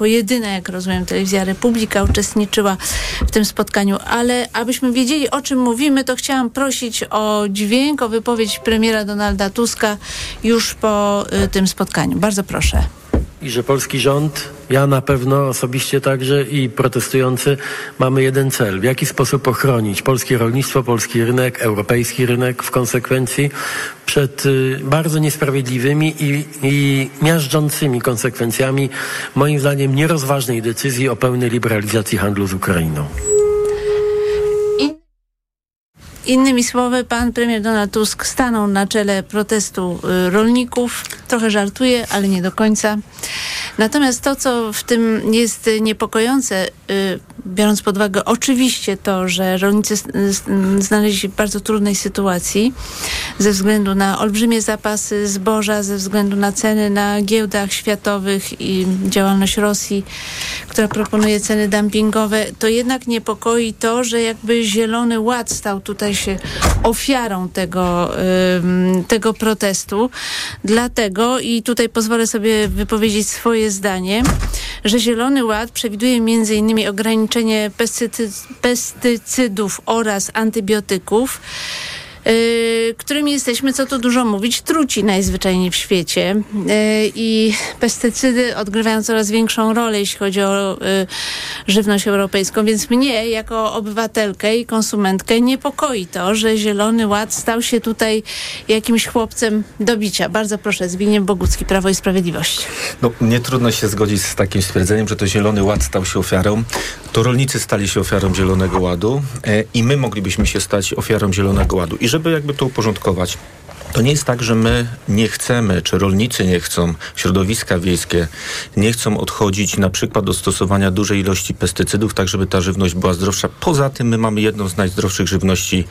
jako jedyna, jak rozumiem, telewizja Republika uczestniczyła w tym spotkaniu. Ale abyśmy wiedzieli, o czym mówimy, to chciałam prosić o dźwięk, o wypowiedź premiera Donalda Tuska już po tym spotkaniu. Bardzo proszę. I że polski rząd, ja na pewno osobiście także i protestujący mamy jeden cel. W jaki sposób ochronić polskie rolnictwo, polski rynek, europejski rynek w konsekwencji przed bardzo niesprawiedliwymi i miażdżącymi konsekwencjami, moim zdaniem, nierozważnej decyzji o pełnej liberalizacji handlu z Ukrainą. Innymi słowy, pan premier Donald Tusk stanął na czele protestu rolników. Trochę żartuje, ale nie do końca. Natomiast to, co w tym jest niepokojące, biorąc pod uwagę oczywiście to, że rolnicy znaleźli się w bardzo trudnej sytuacji ze względu na olbrzymie zapasy zboża, ze względu na ceny na giełdach światowych i działalność Rosji, która proponuje ceny dumpingowe, to jednak niepokoi to, że jakby Zielony Ład stał tutaj się ofiarą tego protestu. Dlatego, i tutaj pozwolę sobie wypowiedzieć swoje zdanie, że Zielony Ład przewiduje m.in. ograniczenie pestycydów oraz antybiotyków, którymi jesteśmy, co tu dużo mówić, truci najzwyczajniej w świecie. I pestycydy odgrywają coraz większą rolę, jeśli chodzi o żywność europejską. Więc mnie, jako obywatelkę i konsumentkę, niepokoi to, że Zielony Ład stał się tutaj jakimś chłopcem do bicia. Bardzo proszę, Zbigniew Bogucki, Prawo i Sprawiedliwość. No, nie trudno się zgodzić z takim stwierdzeniem, że to Zielony Ład stał się ofiarą. To rolnicy stali się ofiarą Zielonego Ładu i my moglibyśmy się stać ofiarą Zielonego Ładu. I żeby jakby to uporządkować, to nie jest tak, że my nie chcemy, czy rolnicy nie chcą, środowiska wiejskie nie chcą odchodzić na przykład do stosowania dużej ilości pestycydów, tak żeby ta żywność była zdrowsza. Poza tym my mamy jedną z najzdrowszych żywności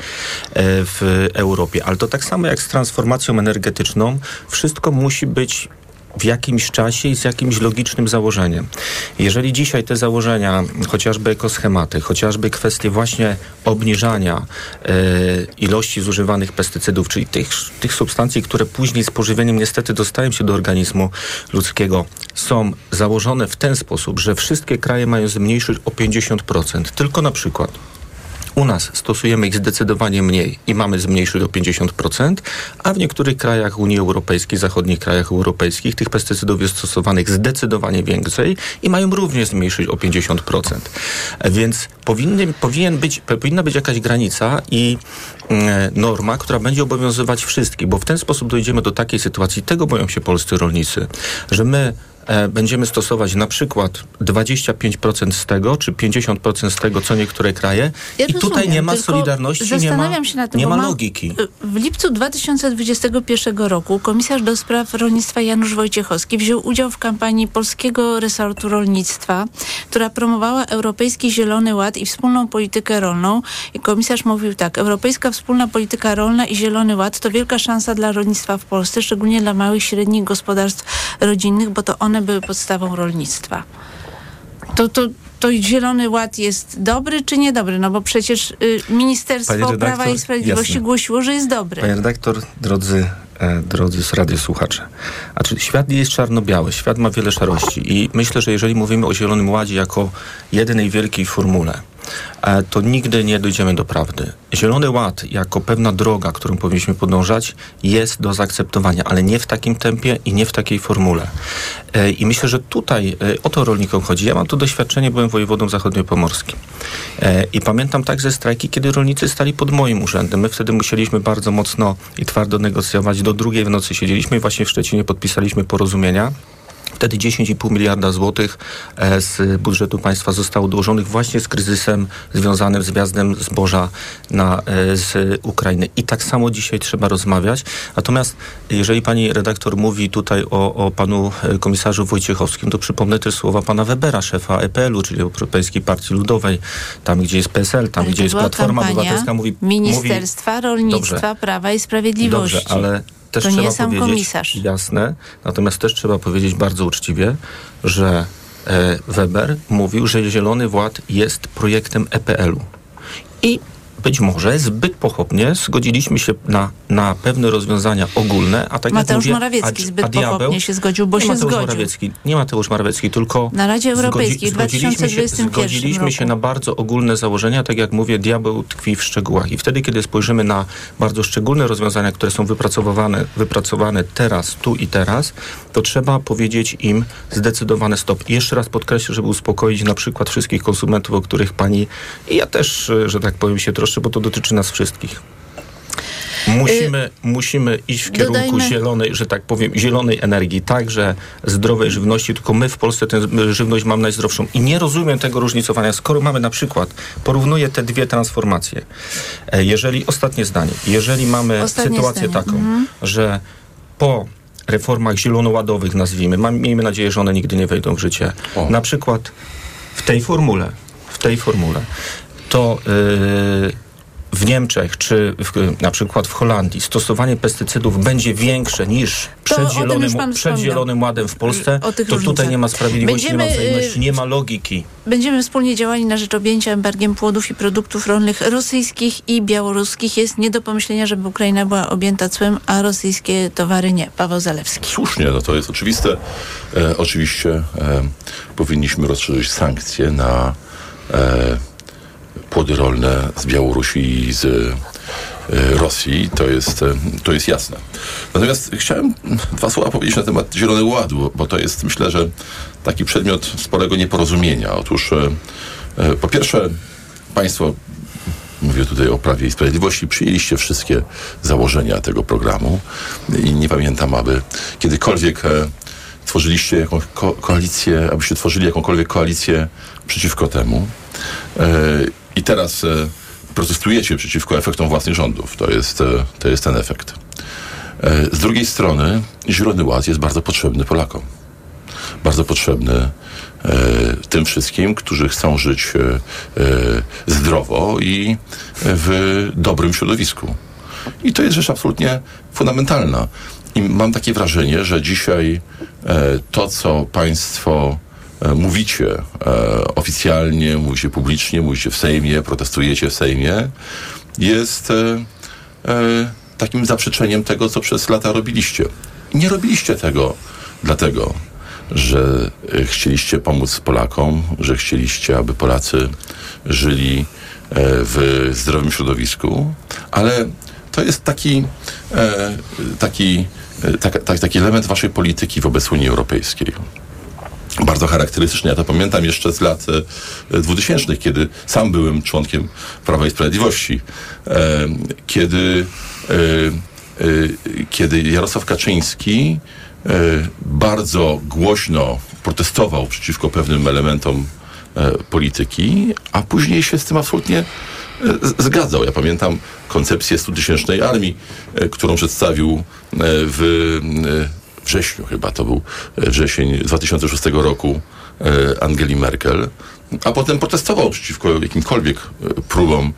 w Europie. Ale to tak samo jak z transformacją energetyczną, wszystko musi być w jakimś czasie i z jakimś logicznym założeniem. Jeżeli dzisiaj te założenia, chociażby ekoschematy, chociażby kwestie właśnie obniżania ilości zużywanych pestycydów, czyli tych substancji, które później z pożywieniem niestety dostają się do organizmu ludzkiego, są założone w ten sposób, że wszystkie kraje mają zmniejszyć o 50%. Tylko na przykład u nas stosujemy ich zdecydowanie mniej i mamy zmniejszyć o 50%, a w niektórych krajach Unii Europejskiej, zachodnich krajach europejskich tych pestycydów jest stosowanych zdecydowanie więcej i mają również zmniejszyć o 50%. Więc powinna być jakaś granica i norma, która będzie obowiązywać wszystkich, bo w ten sposób dojdziemy do takiej sytuacji, tego boją się polscy rolnicy, że my będziemy stosować na przykład 25% z tego, czy 50% z tego, co niektóre kraje. Ja I tutaj nie ma solidarności, nie ma logiki. W lipcu 2021 roku komisarz do spraw rolnictwa Janusz Wojciechowski wziął udział w kampanii polskiego resortu rolnictwa, która promowała Europejski Zielony Ład i wspólną politykę rolną. I komisarz mówił tak: Europejska wspólna polityka rolna i Zielony Ład to wielka szansa dla rolnictwa w Polsce, szczególnie dla małych i średnich gospodarstw rodzinnych, bo to one były podstawą rolnictwa. To Zielony Ład jest dobry czy niedobry? No bo przecież Ministerstwo Prawa i Sprawiedliwości głosiło, że jest dobry. Panie redaktor, drodzy radiosłuchacze, świat nie jest czarno-biały, świat ma wiele szarości i myślę, że jeżeli mówimy o Zielonym Ładzie jako jedynej wielkiej formule, to nigdy nie dojdziemy do prawdy. Zielony Ład jako pewna droga, którą powinniśmy podążać, jest do zaakceptowania, ale nie w takim tempie i nie w takiej formule. I myślę, że tutaj o to rolnikom chodzi. Ja mam tu doświadczenie, byłem wojewodą zachodniopomorskim. I pamiętam także strajki, kiedy rolnicy stali pod moim urzędem. My wtedy musieliśmy bardzo mocno i twardo negocjować. Do 2:00 w nocy siedzieliśmy i właśnie w Szczecinie podpisaliśmy porozumienia. Wtedy 10,5 miliarda złotych z budżetu państwa zostało dołożonych właśnie z kryzysem związanym z wjazdem zboża z Ukrainy. I tak samo dzisiaj trzeba rozmawiać. Natomiast jeżeli pani redaktor mówi tutaj o panu komisarzu Wojciechowskim, to przypomnę też słowa pana Webera, szefa EPL-u, czyli Europejskiej Partii Ludowej, tam gdzie jest PSL, tam gdzie jest Platforma Obywatelska. Ministerstwa Rolnictwa, dobrze, Prawa i Sprawiedliwości. Dobrze, ale też to trzeba nie sam powiedzieć, komisarz. Jasne, natomiast też trzeba powiedzieć bardzo uczciwie, że Weber mówił, że Zielony Ład jest projektem EPL-u. I być może zbyt pochopnie zgodziliśmy się na pewne rozwiązania ogólne, a tak Mateusz jak mówię, Morawiecki zbyt pochopnie się zgodził, bo się zgodził. Nie Mateusz Morawiecki, tylko na Radzie Europejskiej w 2021 zgodziliśmy się na bardzo ogólne założenia, tak jak mówię, diabeł tkwi w szczegółach. I wtedy, kiedy spojrzymy na bardzo szczególne rozwiązania, które są wypracowane teraz, tu i teraz, to trzeba powiedzieć im zdecydowany stop. I jeszcze raz podkreślę, żeby uspokoić na przykład wszystkich konsumentów, o których pani i ja też, że tak powiem, się troszczę, bo to dotyczy nas wszystkich. Musimy iść w kierunku zielonej, że tak powiem, zielonej energii, także zdrowej żywności, tylko my w Polsce tę żywność mamy najzdrowszą. I nie rozumiem tego różnicowania. Skoro mamy na przykład, porównuję te dwie transformacje. Ostatnie zdanie. Jeżeli mamy sytuację taką, że po reformach zielonoładowych, nazwijmy, miejmy nadzieję, że one nigdy nie wejdą w życie. Na przykład w tej formule, to w Niemczech, czy na przykład w Holandii stosowanie pestycydów będzie większe niż przed Zielonym Ładem w Polsce, to tutaj nie ma sprawiedliwości, nie ma wzajemności, nie ma logiki. Będziemy wspólnie działali na rzecz objęcia embargiem płodów i produktów rolnych rosyjskich i białoruskich. Jest nie do pomyślenia, żeby Ukraina była objęta cłem, a rosyjskie towary nie. Paweł Zalewski. Słusznie, to jest oczywiste. Oczywiście powinniśmy rozszerzyć sankcje na płody rolne z Białorusi i z Rosji, to jest jasne. Natomiast chciałem 2 słowa powiedzieć na temat Zielonego Ładu, bo to jest, myślę, że taki przedmiot sporego nieporozumienia. Otóż po pierwsze, państwo, mówię tutaj o Prawie i Sprawiedliwości, przyjęliście wszystkie założenia tego programu i nie pamiętam, aby kiedykolwiek tworzyliście jakąś koalicję, abyście tworzyli jakąkolwiek koalicję przeciwko temu. I teraz protestujecie przeciwko efektom własnych rządów. To jest ten efekt. Z drugiej strony Zielony Ład jest bardzo potrzebny Polakom. Bardzo potrzebny tym wszystkim, którzy chcą żyć zdrowo i w dobrym środowisku. I to jest rzecz absolutnie fundamentalna. I mam takie wrażenie, że dzisiaj to, co państwo mówicie oficjalnie, mówicie publicznie, mówicie w Sejmie, protestujecie w Sejmie, jest takim zaprzeczeniem tego, co przez lata robiliście. Nie robiliście tego dlatego, że chcieliście pomóc Polakom, że chcieliście, aby Polacy żyli w zdrowym środowisku, ale to jest taki element waszej polityki wobec Unii Europejskiej. Bardzo charakterystyczne. Ja to pamiętam jeszcze z lat 2000, kiedy sam byłem członkiem Prawa i Sprawiedliwości, kiedy Jarosław Kaczyński bardzo głośno protestował przeciwko pewnym elementom polityki, a później się z tym absolutnie zgadzał. Ja pamiętam koncepcję 100-tysięcznej armii, którą przedstawił w wrześniu, chyba to był wrzesień 2006 roku, Angeli Merkel, a potem protestował przeciwko jakimkolwiek próbom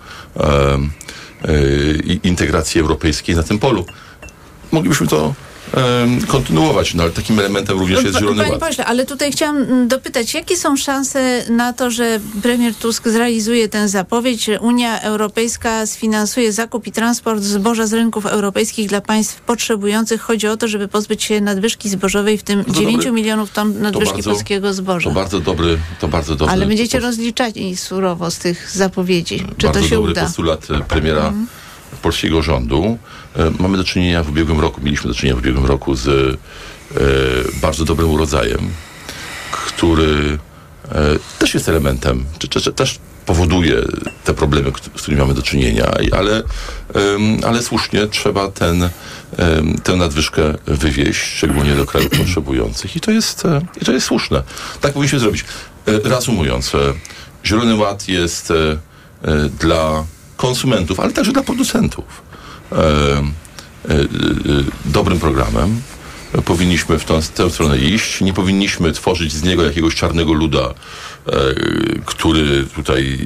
integracji europejskiej na tym polu. Moglibyśmy to kontynuować, ale takim elementem również jest Zielony Ład. Panie pośle, ale tutaj chciałam dopytać, jakie są szanse na to, że premier Tusk zrealizuje tę zapowiedź, że Unia Europejska sfinansuje zakup i transport zboża z rynków europejskich dla państw potrzebujących? Chodzi o to, żeby pozbyć się nadwyżki zbożowej, w tym 9 milionów ton nadwyżki polskiego zboża. To bardzo dobry. Ale będziecie rozliczani surowo z tych zapowiedzi. Czy to się uda? Bardzo dobry postulat premiera polskiego rządu. Mieliśmy do czynienia w ubiegłym roku z bardzo dobrym urodzajem, który też jest elementem, też powoduje te problemy, z którymi mamy do czynienia, ale słusznie trzeba tę nadwyżkę wywieźć, szczególnie do krajów potrzebujących. I to jest słuszne. Tak powinniśmy zrobić. Reasumując, Zielony Ład jest dla konsumentów, ale także dla producentów dobrym programem. powinniśmy w tę stronę iść. Nie powinniśmy tworzyć z niego jakiegoś czarnego luda, który tutaj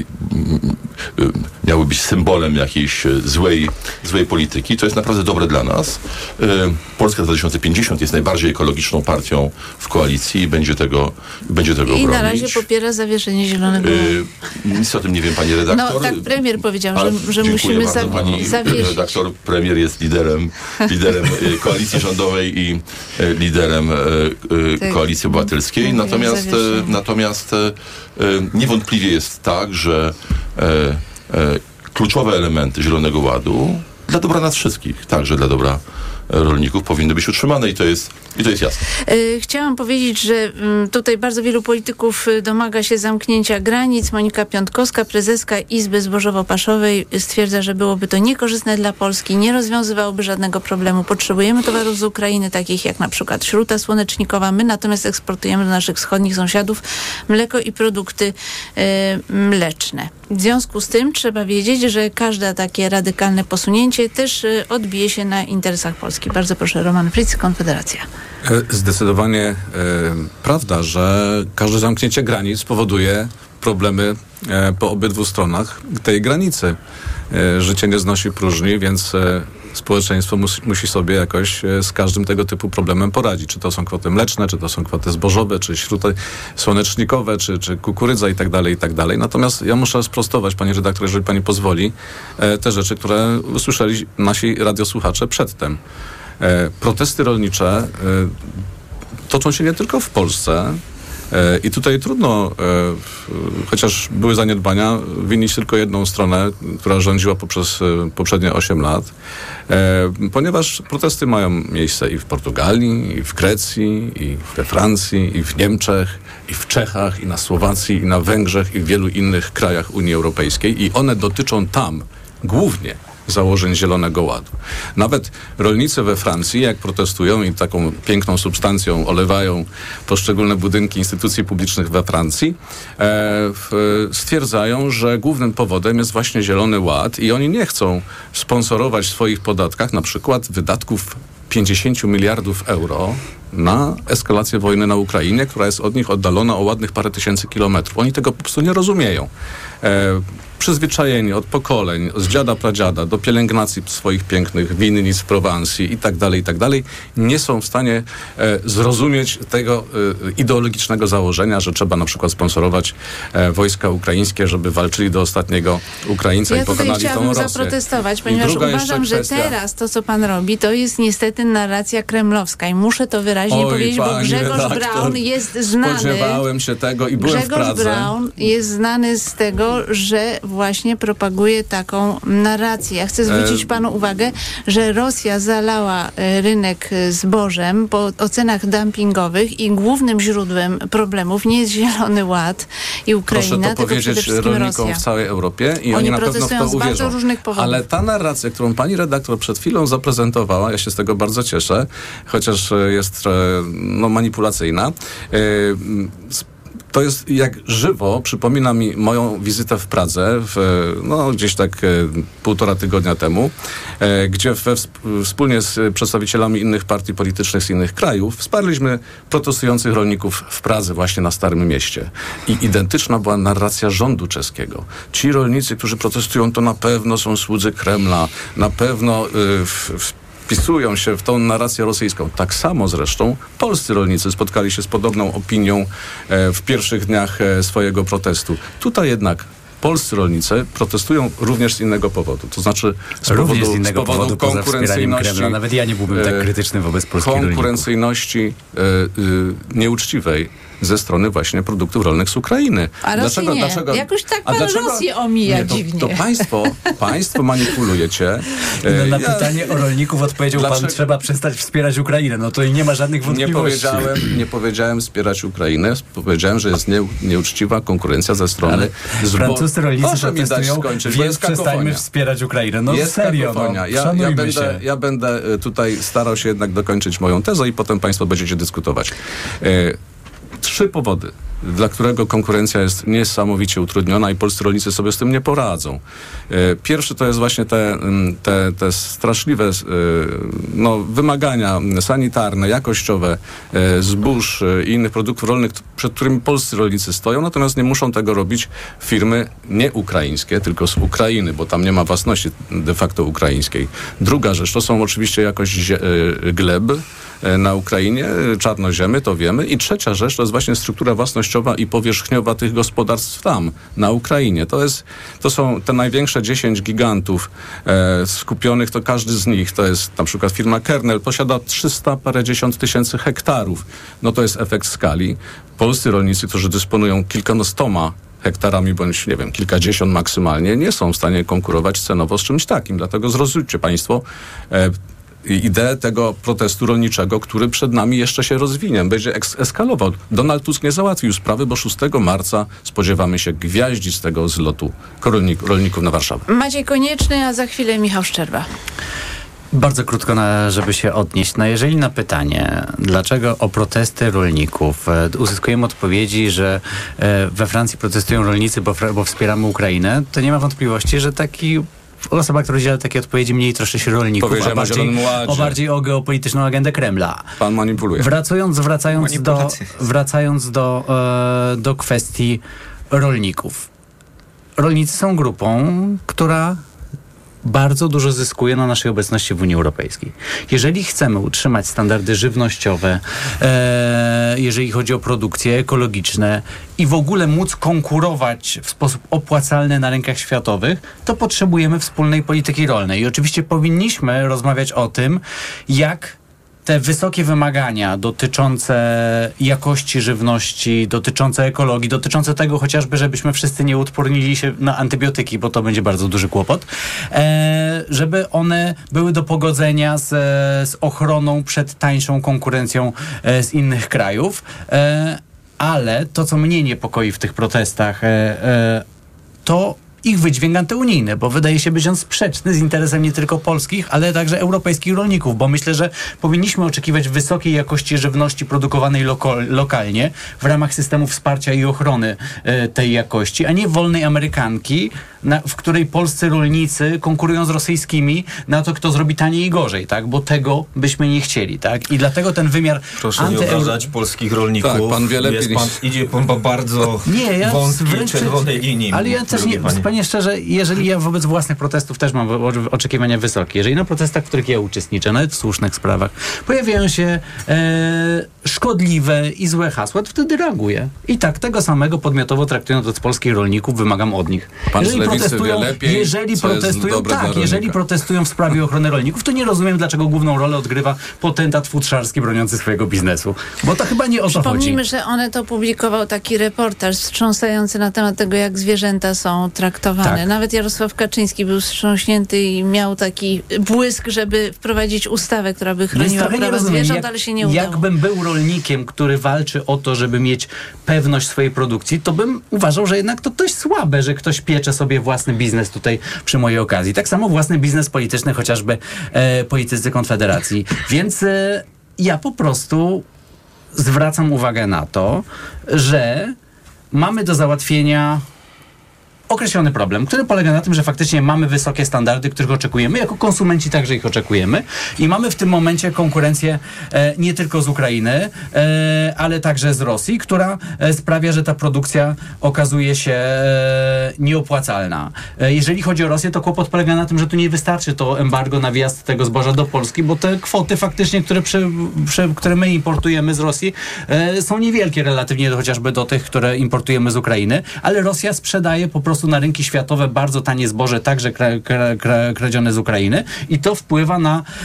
miałby być symbolem jakiejś złej polityki. To jest naprawdę dobre dla nas. Polska 2050 jest najbardziej ekologiczną partią w koalicji i będzie tego bronić. I na razie popiera zawieszenie Zielonego Ładu. Nic o tym nie wiem, pani redaktor. No tak premier powiedział, że musimy bardzo, pani zawiesić. redaktor. Premier jest liderem koalicji rządowej i liderem Koalicji Obywatelskiej. Natomiast niewątpliwie jest tak, że kluczowe elementy Zielonego Ładu dla dobra nas wszystkich, także dla dobra rolników powinny być utrzymane i to jest jasne. Chciałam powiedzieć, że tutaj bardzo wielu polityków domaga się zamknięcia granic. Monika Piątkowska, prezeska Izby Zbożowo-Paszowej, stwierdza, że byłoby to niekorzystne dla Polski, nie rozwiązywałoby żadnego problemu. Potrzebujemy towarów z Ukrainy, takich jak na przykład śruta słonecznikowa. My natomiast eksportujemy do naszych wschodnich sąsiadów mleko i produkty mleczne. W związku z tym trzeba wiedzieć, że każde takie radykalne posunięcie też odbije się na interesach Polski. Bardzo proszę, Roman Fritz, Konfederacja. Zdecydowanie prawda, że każde zamknięcie granic powoduje problemy po obydwu stronach tej granicy. Życie nie znosi próżni, więc społeczeństwo musi sobie jakoś z każdym tego typu problemem poradzić. Czy to są kwoty mleczne, czy to są kwoty zbożowe, czy śruty słonecznikowe, czy kukurydza i tak dalej. Natomiast ja muszę sprostować, pani redaktor, jeżeli pani pozwoli, te rzeczy, które usłyszeli nasi radiosłuchacze przedtem. Protesty rolnicze toczą się nie tylko w Polsce i tutaj trudno, chociaż były zaniedbania, winić tylko jedną stronę, która rządziła poprzez poprzednie 8 lat, ponieważ protesty mają miejsce i w Portugalii, i w Grecji, i we Francji, i w Niemczech, i w Czechach, i na Słowacji, i na Węgrzech, i w wielu innych krajach Unii Europejskiej i one dotyczą tam głównie założeń Zielonego Ładu. Nawet rolnicy we Francji, jak protestują i taką piękną substancją olewają poszczególne budynki instytucji publicznych we Francji, stwierdzają, że głównym powodem jest właśnie Zielony Ład i oni nie chcą sponsorować w swoich podatkach na przykład wydatków 50 miliardów euro na eskalację wojny na Ukrainie, która jest od nich oddalona o ładnych parę tysięcy kilometrów. Oni tego po prostu nie rozumieją. Przyzwyczajeni od pokoleń, z dziada, pradziada, do pielęgnacji swoich pięknych winnic w Prowansji i tak dalej, nie są w stanie zrozumieć tego ideologicznego założenia, że trzeba na przykład sponsorować wojska ukraińskie, żeby walczyli do ostatniego Ukraińca i pokonali tą Rosję. Ja tutaj chciałabym zaprotestować, ponieważ uważam, że teraz to, co pan robi, to jest niestety narracja kremlowska i muszę to wyraźnie powiedzieć, bo Grzegorz Braun jest znany. Spodziewałem się tego i byłem w Pradze. Grzegorz Braun jest znany z tego, że właśnie propaguje taką narrację. Ja chcę zwrócić panu uwagę, że Rosja zalała rynek zbożem po ocenach dumpingowych i głównym źródłem problemów nie jest Zielony Ład i Ukraina, proszę to tylko powiedzieć przede wszystkim rolnikom Rosja. w całej Europie i oni na pewno w to z uwierzą. bardzo różnych powodów. Ale ta narracja, którą pani redaktor przed chwilą zaprezentowała, ja się z tego bardzo cieszę, chociaż jest manipulacyjna, to jest jak żywo, przypomina mi moją wizytę w Pradze, gdzieś tak 1,5 tygodnia temu, gdzie wspólnie z przedstawicielami innych partii politycznych z innych krajów wsparliśmy protestujących rolników w Pradze, właśnie na Starym Mieście. I identyczna była narracja rządu czeskiego. Ci rolnicy, którzy protestują, to na pewno są słudzy Kremla, na pewno wpisują się w tą narrację rosyjską. Tak samo zresztą polscy rolnicy spotkali się z podobną opinią w pierwszych dniach swojego protestu. Tutaj jednak polscy rolnicy protestują również z innego powodu. To znaczy z powodu konkurencyjności. Nawet ja nie byłbym tak krytyczny wobec polskich rolników. Konkurencyjności nieuczciwej ze strony właśnie produktów rolnych z Ukrainy. A Rosji dlaczego? Jakoś tak pan Rosję omija dziwnie. To państwo manipulujecie. Na pytanie o rolników odpowiedział pan, trzeba przestać wspierać Ukrainę. No to i nie ma żadnych wątpliwości. Nie powiedziałem wspierać Ukrainę. Powiedziałem, że jest nieuczciwa konkurencja ze strony... Francuscy rolnicy protestują, więc przestańmy wspierać Ukrainę. No jest serio, szanujmy się. Ja będę tutaj starał się jednak dokończyć moją tezę i potem państwo będziecie dyskutować. 3 powody, dla którego konkurencja jest niesamowicie utrudniona i polscy rolnicy sobie z tym nie poradzą. Pierwszy to jest właśnie te straszliwe wymagania sanitarne, jakościowe zbóż i innych produktów rolnych, przed którymi polscy rolnicy stoją, natomiast nie muszą tego robić firmy nie ukraińskie, tylko z Ukrainy, bo tam nie ma własności de facto ukraińskiej. Druga rzecz to są oczywiście jakość gleb na Ukrainie, czarnoziemy, to wiemy. I trzecia rzecz to jest właśnie struktura własnościowa i powierzchniowa tych gospodarstw tam, na Ukrainie. To są te największe 10 gigantów skupionych, to każdy z nich, to jest na przykład firma Kernel, posiada 300 parędziesiąt tysięcy hektarów. No to jest efekt skali. Polscy rolnicy, którzy dysponują kilkunastoma hektarami, bądź, nie wiem, kilkadziesiąt maksymalnie, nie są w stanie konkurować cenowo z czymś takim. Dlatego zrozumcie państwo ideę tego protestu rolniczego, który przed nami jeszcze się rozwinie, będzie eskalował. Donald Tusk nie załatwił sprawy, bo 6 marca spodziewamy się gwiaździstego zlotu rolników na Warszawę. Maciej Konieczny, a za chwilę Michał Szczerba. Bardzo krótko, żeby się odnieść. Jeżeli na pytanie, dlaczego o protesty rolników uzyskujemy odpowiedzi, że we Francji protestują rolnicy, bo wspieramy Ukrainę, to nie ma wątpliwości, że osoba, która udziela takiej odpowiedzi, mniej troszczy się rolników, a bardziej o geopolityczną agendę Kremla. Pan manipuluje. Wracając do kwestii rolników. Rolnicy są grupą, która bardzo dużo zyskuje na naszej obecności w Unii Europejskiej. Jeżeli chcemy utrzymać standardy żywnościowe, jeżeli chodzi o produkcje ekologiczne i w ogóle móc konkurować w sposób opłacalny na rynkach światowych, to potrzebujemy wspólnej polityki rolnej. I oczywiście powinniśmy rozmawiać o tym, jak te wysokie wymagania dotyczące jakości żywności, dotyczące ekologii, dotyczące tego chociażby, żebyśmy wszyscy nie uodpornili się na antybiotyki, bo to będzie bardzo duży kłopot, żeby one były do pogodzenia z ochroną przed tańszą konkurencją z innych krajów. Ale to, co mnie niepokoi w tych protestach, to ich wydźwięk antyunijny, bo wydaje się być on sprzeczny z interesem nie tylko polskich, ale także europejskich rolników, bo myślę, że powinniśmy oczekiwać wysokiej jakości żywności produkowanej lokalnie w ramach systemu wsparcia i ochrony tej jakości, a nie wolnej amerykanki, w której polscy rolnicy konkurują z rosyjskimi na to, kto zrobi taniej i gorzej, tak? Bo tego byśmy nie chcieli, tak? I dlatego ten wymiar Proszę nie obrażać polskich rolników. Tak, pan wie lepiej. Idzie pan po bardzo wąskiej, czerwonej linii. Ale ja też nie, panie szczerze, jeżeli ja wobec własnych protestów też mam oczekiwania wysokie, jeżeli na protestach, w których ja uczestniczę, nawet w słusznych sprawach, pojawiają się szkodliwe i złe hasła, to wtedy reaguję. I tak, tego samego podmiotowo traktując od polskich rolników, wymagam od nich. Pan z lewicy wie lepiej, jeżeli protestują w sprawie ochrony rolników, to nie rozumiem, dlaczego główną rolę odgrywa potentat futrzarski broniący swojego biznesu. Bo to chyba nie o to chodzi. Przypomnijmy, że Onet opublikował taki reportaż wstrząsający na temat tego, jak zwierzęta są traktowane. Tak. Nawet Jarosław Kaczyński był wstrząśnięty i miał taki błysk, żeby wprowadzić ustawę, która by chroniła prawa zwierząt, ale się nie udało. Jakbym był rolnikiem, który walczy o to, żeby mieć pewność swojej produkcji, to bym uważał, że jednak to dość słabe, że ktoś piecze sobie własny biznes tutaj przy mojej okazji. Tak samo własny biznes polityczny, chociażby politycy Konfederacji. Więc ja po prostu zwracam uwagę na to, że mamy do załatwienia określony problem, który polega na tym, że faktycznie mamy wysokie standardy, których oczekujemy, jako konsumenci także ich oczekujemy i mamy w tym momencie konkurencję nie tylko z Ukrainy, ale także z Rosji, która sprawia, że ta produkcja okazuje się nieopłacalna. Jeżeli chodzi o Rosję, to kłopot polega na tym, że tu nie wystarczy to embargo na wjazd tego zboża do Polski, bo te kwoty faktycznie, które my importujemy z Rosji, są niewielkie relatywnie chociażby do tych, które importujemy z Ukrainy, ale Rosja sprzedaje po prostu na rynki światowe bardzo tanie zboże, także kradzione z Ukrainy i to wpływa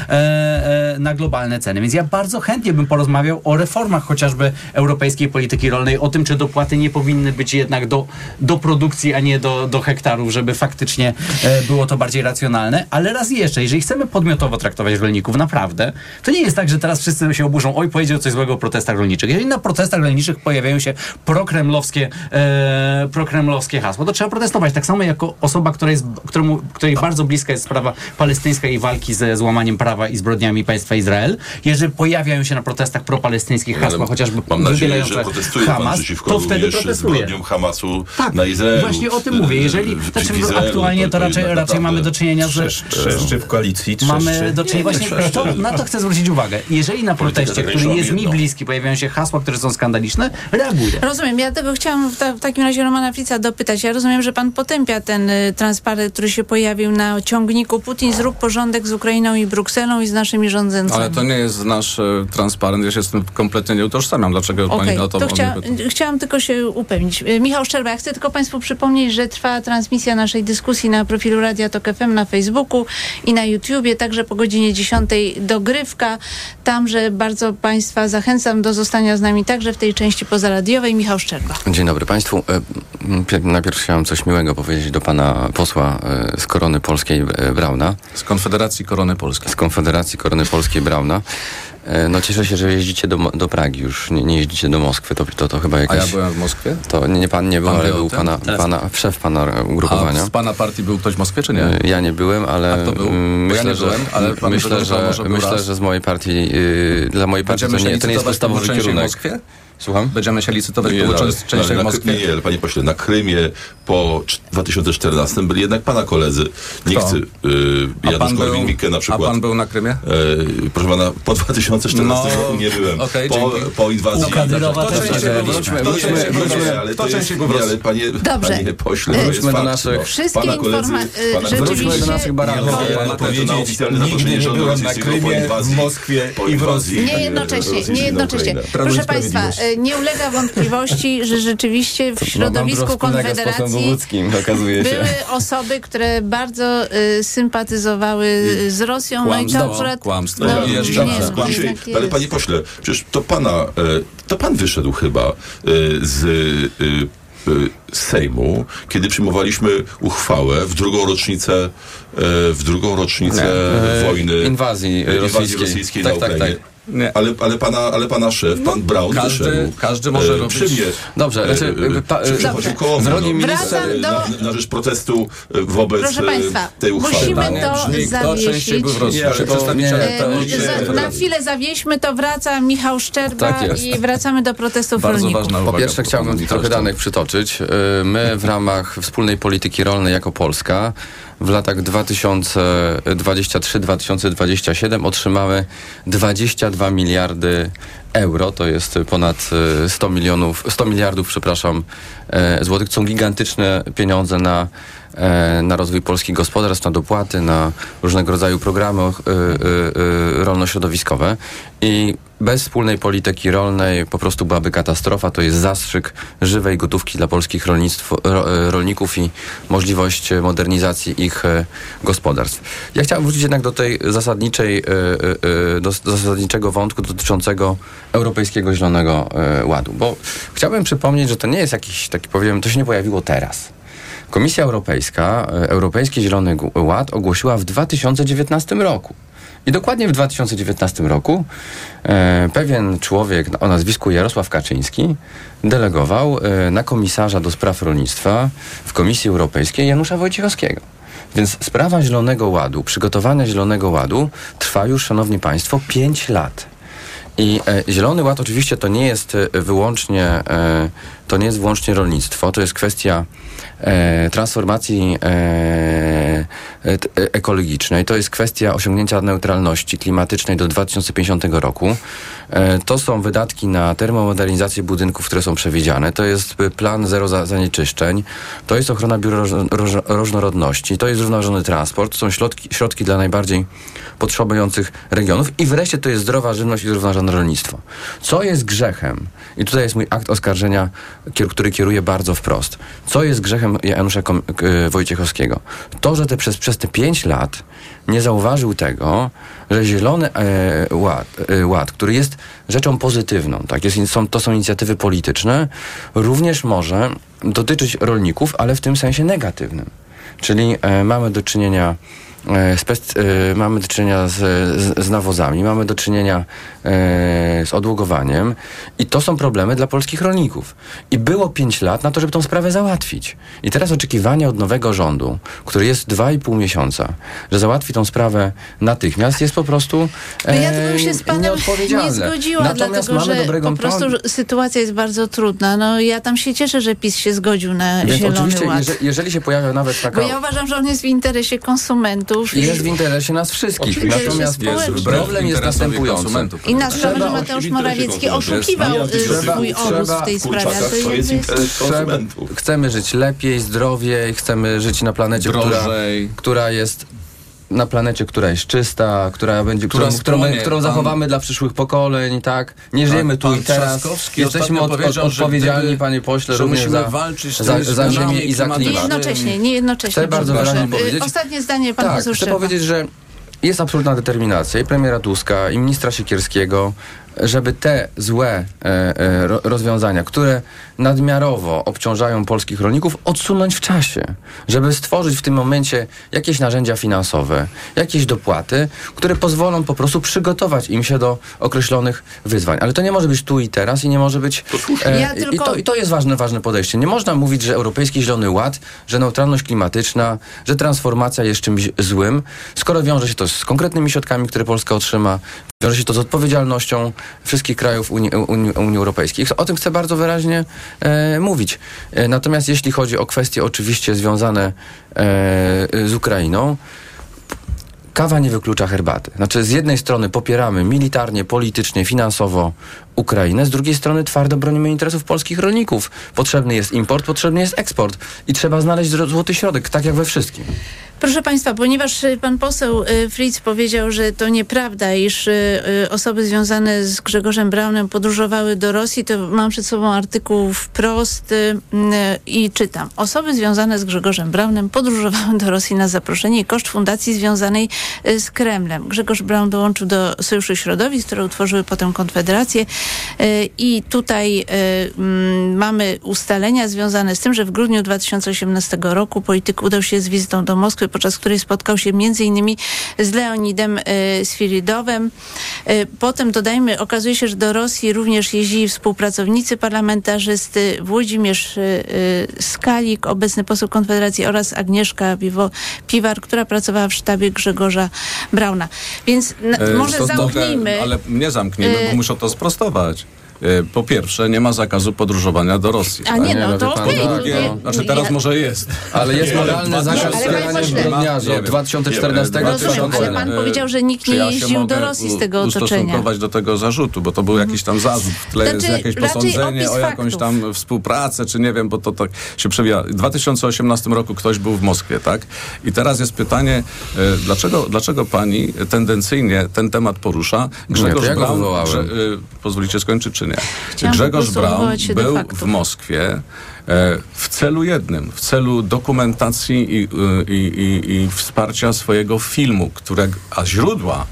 na globalne ceny. Więc ja bardzo chętnie bym porozmawiał o reformach chociażby europejskiej polityki rolnej, o tym, czy dopłaty nie powinny być jednak do produkcji, a nie do hektarów, żeby faktycznie było to bardziej racjonalne. Ale raz jeszcze, jeżeli chcemy podmiotowo traktować rolników, naprawdę, to nie jest tak, że teraz wszyscy się oburzą, oj, powiedział coś złego o protestach rolniczych. Jeżeli na protestach rolniczych pojawiają się prokremlowskie hasła, to trzeba protestować. Tak samo jako osoba, której bardzo bliska jest sprawa palestyńska i walki ze złamaniem prawa i zbrodniami państwa Izrael. Jeżeli pojawiają się na protestach propalestyńskich hasła, chociażby mam nadzieję, że wybierające protestuje pan Hamas, przeciwko to wtedy również protestuje. zbrodniom Hamasu Tak, na Izraelu. właśnie o tym mówię. Jeżeli aktualnie to raczej mamy do czynienia z... Trzeszczy w koalicji. Mamy do czynienia właśnie na to chcę zwrócić uwagę. Jeżeli na proteście, który jest mi bliski, pojawiają się hasła, które są skandaliczne, reaguję. Rozumiem. Ja tego chciałam w takim razie Romana Fritza dopytać. Ja rozumiem, że pan potępia ten transparent, który się pojawił na ciągniku Putin, zrób porządek z Ukrainą i Brukselą i z naszymi rządzącymi. Ale to nie jest nasz transparent. Ja się z tym kompletnie nie utożsamiam. Dlaczego pani o to chciałam tylko się upewnić. Michał Szczerba, ja chcę tylko państwu przypomnieć, że trwa transmisja naszej dyskusji na profilu Radia Tok FM na Facebooku i na YouTubie, także po godzinie 10 dogrywka. Tamże bardzo państwa zachęcam do zostania z nami także w tej części pozaradiowej. Michał Szczerba. Dzień dobry państwu. Najpierw chciałem coś miłego powiedzieć do pana posła z Korony Polskiej Brauna. Z Konfederacji Korony Polskiej. Z Konfederacji Korony Polskiej Brauna. No cieszę się, że jeździcie do Pragi już, nie jeździcie do Moskwy, to chyba jakieś... A ja byłem w Moskwie? To nie pan nie był, ale był szef pana ugrupowania. A z pana partii był ktoś w Moskwie, czy nie? Ja nie byłem, ale... A kto był? Myślę, że z mojej partii, dla mojej partii to nie jest podstawowy kierunek. W Moskwie? Słucham? Będziemy się licytować po część w Moskwie? Nie, ale panie pośle, na Krymie po 2014 byli jednak pana koledzy. Nie chcę. Janusz Korwin-Mikke na przykład. A pan był na Krymie? Proszę pana, po 2014 roku nie byłem. Okay, po inwazji. Ale panie pośle, to jest fakt. Wszystkie informacje... Wróćmy do naszych baranów. Nigdy nie byłem na Krymie, w Moskwie i w Rosji. Nie jednocześnie. Proszę państwa, nie ulega wątpliwości, że rzeczywiście w środowisku Konfederacji były osoby, które bardzo sympatyzowy z Rosją. Kłamstwo. Ale panie pośle, przecież to pan wyszedł chyba z Sejmu, kiedy przyjmowaliśmy uchwałę w drugą rocznicę wojny inwazji rosyjskiej na Ukrainie. Tak. Ale pana szef, pan Braun wyszedł. Każdy może robić. Dobrze, przychodził koło mnie na rzecz protestu wobec tej uchwały. Musimy to zawiesić. Na chwilę zawieśmy to, wraca Michał Szczerba i wracamy do protestów rolników. Po pierwsze chciałbym trochę danych przytoczyć. My w ramach wspólnej polityki rolnej jako Polska w latach 2023-2027 otrzymamy 22 miliardy euro, to jest ponad 100 miliardów złotych. To są gigantyczne pieniądze na rozwój polskich gospodarstw, na dopłaty, na różnego rodzaju programy rolno-środowiskowe i bez wspólnej polityki rolnej po prostu byłaby katastrofa. To jest zastrzyk żywej gotówki dla polskich rolników i możliwość modernizacji ich gospodarstw. Ja chciałem wrócić jednak do tej zasadniczego wątku dotyczącego Europejskiego Zielonego Ładu, bo chciałbym przypomnieć, że to nie jest jakiś, taki powiem, to się nie pojawiło teraz. Komisja Europejska, Europejski Zielony Ład ogłosiła w 2019 roku. I dokładnie w 2019 roku pewien człowiek o nazwisku Jarosław Kaczyński delegował na komisarza do spraw rolnictwa w Komisji Europejskiej Janusza Wojciechowskiego. Więc sprawa Zielonego Ładu, przygotowania Zielonego Ładu trwa już, szanowni państwo, 5 lat. I Zielony Ład oczywiście to nie jest wyłącznie rolnictwo, to jest kwestia transformacji ekologicznej, to jest kwestia osiągnięcia neutralności klimatycznej do 2050 roku. To są wydatki na termomodernizację budynków, które są przewidziane, to jest plan zero zanieczyszczeń, to jest ochrona bioróżnorodności, to jest zrównoważony transport, to są środki dla najbardziej potrzebujących regionów i wreszcie to jest zdrowa żywność i zrównoważone rolnictwo. Co jest grzechem? I tutaj jest mój akt oskarżenia, który kieruję bardzo wprost. Co jest grzechem Janusza Wojciechowskiego? To, że przez te 5 lat nie zauważył tego, że Zielony Ład, który jest rzeczą pozytywną, tak, to są inicjatywy polityczne, również może dotyczyć rolników, ale w tym sensie negatywnym. Czyli mamy do czynienia mamy do czynienia z nawozami, mamy do czynienia z odłogowaniem i to są problemy dla polskich rolników. I było 5 lat na to, żeby tą sprawę załatwić. I teraz oczekiwania od nowego rządu, który jest 2,5 miesiąca, że załatwi tą sprawę natychmiast, jest po prostu ja to bym się z panem nieodpowiedzialne. nie zgodziła, Natomiast dlatego mamy że po prostu sytuacja jest bardzo trudna. No ja tam się cieszę, że PiS się zgodził na Więc Zielony oczywiście, Ład. jeżeli się pojawia nawet taka... Bo ja uważam, że on jest w interesie konsumentów. Jest w interesie nas wszystkich. Natomiast problem jest następujący. Inna sprawa, że Mateusz Morawiecki oszukiwał swój obóz w tej sprawie. To jest interes konsumentów. Chcemy żyć lepiej, zdrowiej, chcemy żyć na planecie, która jest na planecie, która jest czysta, która będzie, którą zachowamy dla przyszłych pokoleń, tak? Nie żyjemy tu i teraz. Jesteśmy odpowiedzialni, panie pośle, również za ziemię i za klimat. Niejednocześnie. Chcę bardzo wyraźnie powiedzieć. Ostatnie zdanie, pan poseł Chcę powiedzieć, że jest absolutna determinacja i premiera Tuska, i ministra Siekierskiego, żeby te złe rozwiązania, które nadmiarowo obciążają polskich rolników, odsunąć w czasie. Żeby stworzyć w tym momencie jakieś narzędzia finansowe, jakieś dopłaty, które pozwolą po prostu przygotować im się do określonych wyzwań. Ale to nie może być tu i teraz i nie może być... I to jest ważne podejście. Nie można mówić, że Europejski Zielony Ład, że neutralność klimatyczna, że transformacja jest czymś złym, skoro wiąże się to z konkretnymi środkami, które Polska otrzyma, wiąże się to z odpowiedzialnością wszystkich krajów Unii Europejskiej. O tym chcę bardzo wyraźnie mówić. Natomiast jeśli chodzi o kwestie oczywiście związane z Ukrainą, kawa nie wyklucza herbaty. Znaczy z jednej strony popieramy militarnie, politycznie, finansowo Ukrainę, z drugiej strony twardo bronimy interesów polskich rolników. Potrzebny jest import, potrzebny jest eksport i trzeba znaleźć złoty środek, tak jak we wszystkim. Proszę państwa, ponieważ pan poseł Fritz powiedział, że to nieprawda, iż osoby związane z Grzegorzem Braunem podróżowały do Rosji, to mam przed sobą artykuł wprost i czytam. Osoby związane z Grzegorzem Braunem podróżowały do Rosji na zaproszenie i koszt fundacji związanej z Kremlem. Grzegorz Braun dołączył do Sojuszu Środowisk, które utworzyły potem Konfederację i tutaj mamy ustalenia związane z tym, że w grudniu 2018 roku polityk udał się z wizytą do Moskwy, podczas której spotkał się m.in. z Leonidem Swiridowem. Potem dodajmy, okazuje się, że do Rosji również jeździli współpracownicy parlamentarzysty Włodzimierz Skalik, obecny poseł Konfederacji, oraz Agnieszka Piwar, która pracowała w sztabie Grzegorza Brauna. Więc może zamknijmy. Ale nie zamknijmy, bo muszę to sprostować. Po pierwsze, nie ma zakazu podróżowania do Rosji. A nie, no to okej. Znaczy teraz może jest. Ale jest moralny zakaz wspierania zbrodniarzy od 2014 roku. Ale pan powiedział, że nikt nie jeździł do Rosji z tego otoczenia. Ustosunkować do tego zarzutu, bo to był jakiś tam zarzut w tle, jest jakieś posądzenie o jakąś tam współpracę, czy nie wiem, bo to tak się przewija. W 2018 roku ktoś był w Moskwie, tak? I teraz jest pytanie, dlaczego pani tendencyjnie ten temat porusza? Grzegorz Braun, pozwolicie skończyć, czy nie? Grzegorz Braun był w Moskwie w celu jednym, w celu dokumentacji i wsparcia swojego filmu, a źródła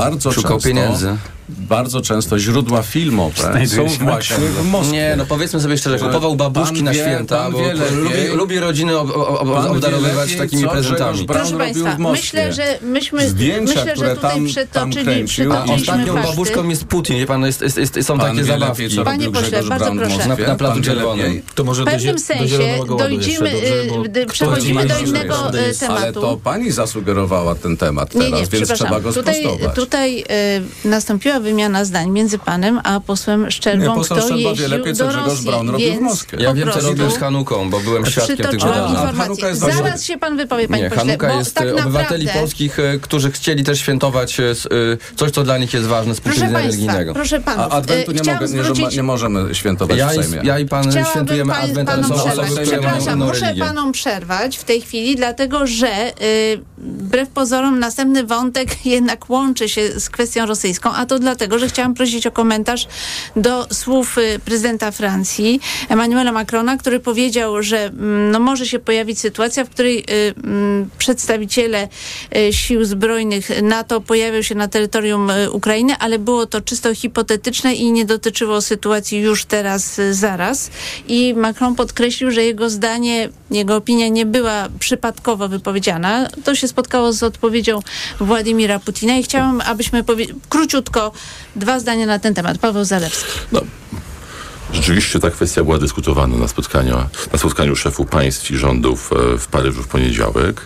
bardzo często źródła filmowe są właśnie w Moskwie. Nie, no powiedzmy sobie szczerze, kupował babuszki na święta, bo lubi rodziny obdarowywać takimi prezentami. Proszę państwa, myślę, że tutaj przytoczyli ostatnią babuszką jest Putin, wie pan, są takie zabawki. Panie pośle, bardzo proszę. Na Placu Czerwonym. W pewnym sensie przechodzimy do innego tematu. Ale to pani zasugerowała ten temat teraz, więc trzeba go sprostować. Tutaj nastąpiła wymiana zdań między panem a posłem Szczerbą, kto jeździł lepiej, co do Grzegorz Rosji. Braun robił w Moskwie. Ja wiem, co robił z Hanuką, bo byłem świadkiem tych wydarzeń. Zaraz się pan wypowie, panie pośle. Hanuka jest tak obywateli polskich, którzy chcieli też świętować coś, co dla nich jest ważne z punktu widzenia religijnego. Proszę panów, a Adwentu nie możemy świętować w Sejmie. Ja i pan świętujemy Adwent, ale są osoby, które mają inną muszę religię. panom przerwać w tej chwili, dlatego że wbrew pozorom następny wątek jednak łączy się z kwestią rosyjską, a to dlatego, że chciałam prosić o komentarz do słów prezydenta Francji, Emmanuela Macrona, który powiedział, że może się pojawić sytuacja, w której przedstawiciele sił zbrojnych NATO pojawią się na terytorium Ukrainy, ale było to czysto hipotetyczne i nie dotyczyło sytuacji już teraz, zaraz. I Macron podkreślił, że jego zdanie, jego opinia nie była przypadkowo wypowiedziana. To się spotkało z odpowiedzią Władimira Putina i chciałam, abyśmy króciutko 2 zdania na ten temat. Paweł Zalewski. No, rzeczywiście ta kwestia była dyskutowana na spotkaniu szefów państw i rządów w Paryżu w poniedziałek.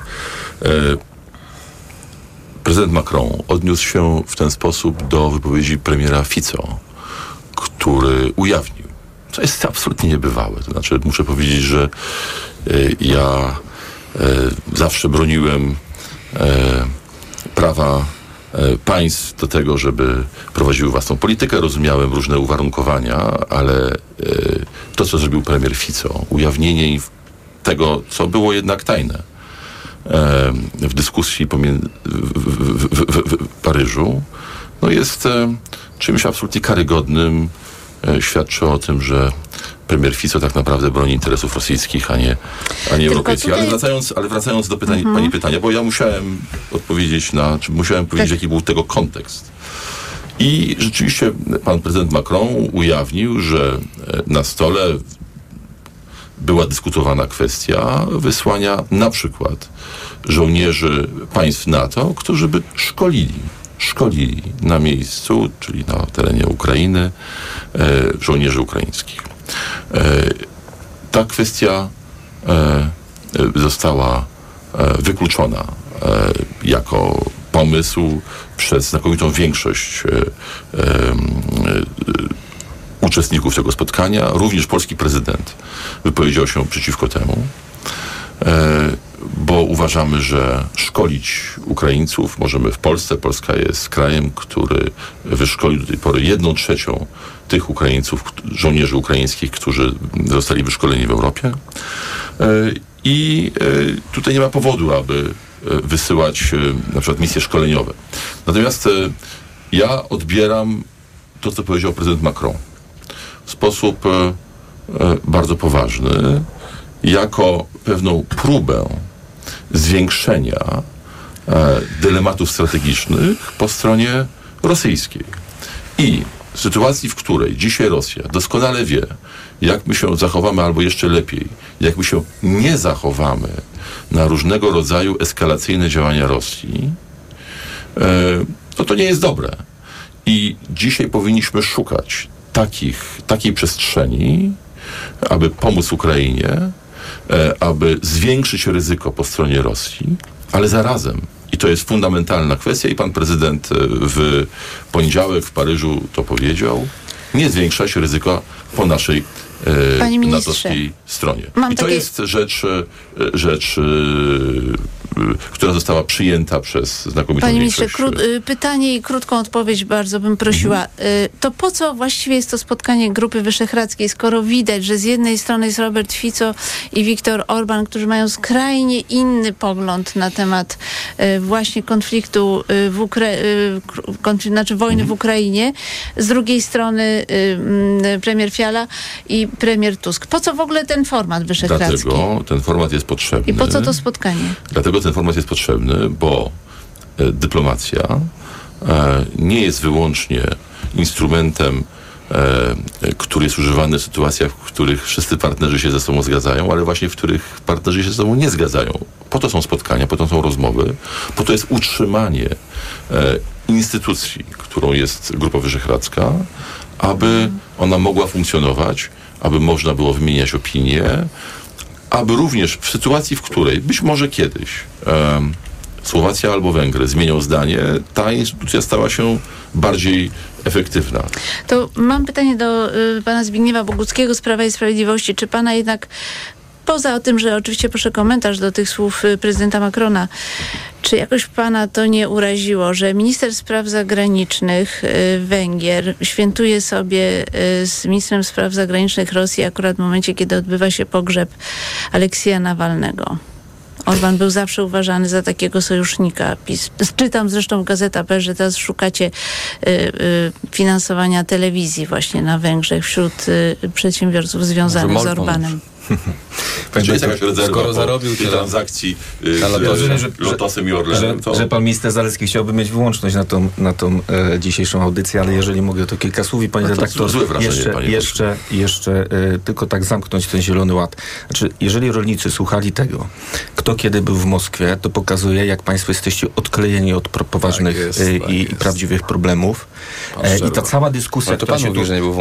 Prezydent Macron odniósł się w ten sposób do wypowiedzi premiera Fico, który ujawnił, co jest absolutnie niebywałe. To znaczy, muszę powiedzieć, że ja zawsze broniłem prawa państw do tego, żeby prowadziły własną politykę. Rozumiałem różne uwarunkowania, ale to, co zrobił premier Fico, ujawnienie tego, co było jednak tajne w dyskusji w Paryżu, no jest czymś absolutnie karygodnym. Świadczy o tym, że premier Fico tak naprawdę broni interesów rosyjskich, a nie europejskich. Tutaj... Ale wracając do pani pytania, bo ja musiałem odpowiedzieć powiedzieć, jaki był tego kontekst. I rzeczywiście pan prezydent Macron ujawnił, że na stole była dyskutowana kwestia wysłania na przykład żołnierzy państw NATO, którzy by szkolili na miejscu, czyli na terenie Ukrainy, żołnierzy ukraińskich. Ta kwestia została wykluczona jako pomysł przez znakomitą większość uczestników tego spotkania. Również polski prezydent wypowiedział się przeciwko temu, bo uważamy, że szkolić Ukraińców możemy w Polsce. Polska jest krajem, który wyszkolił do tej pory 1/3 tych Ukraińców, żołnierzy ukraińskich, którzy zostali wyszkoleni w Europie. I tutaj nie ma powodu, aby wysyłać na przykład misje szkoleniowe. Natomiast ja odbieram to, co powiedział prezydent Macron w sposób bardzo poważny, jako pewną próbę zwiększenia dylematów strategicznych po stronie rosyjskiej. I w sytuacji, w której dzisiaj Rosja doskonale wie, jak my się zachowamy, albo jeszcze lepiej, jak my się nie zachowamy na różnego rodzaju eskalacyjne działania Rosji, to nie jest dobre. I dzisiaj powinniśmy szukać takiej przestrzeni, aby pomóc Ukrainie, aby zwiększyć ryzyko po stronie Rosji, ale zarazem, i to jest fundamentalna kwestia, i pan prezydent w poniedziałek w Paryżu to powiedział, nie zwiększać ryzyka po naszej natowskiej stronie. I to jest rzecz, która została przyjęta przez znakomitą większość. Panie ministrze, pytanie i krótką odpowiedź bardzo bym prosiła. To po co właściwie jest to spotkanie Grupy Wyszehradzkiej, skoro widać, że z jednej strony jest Robert Fico i Viktor Orban, którzy mają skrajnie inny pogląd na temat właśnie konfliktu wojny w Ukrainie, z drugiej strony premier Fiala i premier Tusk. Po co w ogóle ten format wyszehradzki? Dlatego ten format jest potrzebny. I po co to spotkanie? Dlatego ten format jest potrzebny, bo dyplomacja nie jest wyłącznie instrumentem, który jest używany w sytuacjach, w których wszyscy partnerzy się ze sobą zgadzają, ale właśnie w których partnerzy się ze sobą nie zgadzają. Po to są spotkania, po to są rozmowy, po to jest utrzymanie instytucji, którą jest Grupa Wyszehradzka, aby ona mogła funkcjonować, aby można było wymieniać opinie, aby również w sytuacji, w której być może kiedyś Słowacja albo Węgry zmienią zdanie, ta instytucja stała się bardziej efektywna. To mam pytanie do pana Zbigniewa Boguckiego z Prawa i Sprawiedliwości. Czy pana jednak, poza tym, że oczywiście proszę komentarz do tych słów prezydenta Macrona, czy jakoś pana to nie uraziło, że minister spraw zagranicznych Węgier świętuje sobie z ministrem spraw zagranicznych Rosji akurat w momencie, kiedy odbywa się pogrzeb Aleksieja Nawalnego? Orban był zawsze uważany za takiego sojusznika PiS. Czytam zresztą w Gazeta.pl, że teraz szukacie finansowania telewizji właśnie na Węgrzech wśród przedsiębiorców związanych z Orbanem. Czy jest jakaś rezerwa skoro zarobił tej transakcji z Lotosem i Orlenem? Że pan minister Zalewski chciałby mieć wyłączność na tą dzisiejszą audycję, ale jeżeli mogę, to kilka słów i panie redaktor, jeszcze tylko tak zamknąć ten Zielony Ład. Znaczy, jeżeli rolnicy słuchali tego, kto kiedy był w Moskwie, to pokazuje, jak państwo jesteście odklejeni od poważnych i prawdziwych problemów. I ta cała dyskusja, która się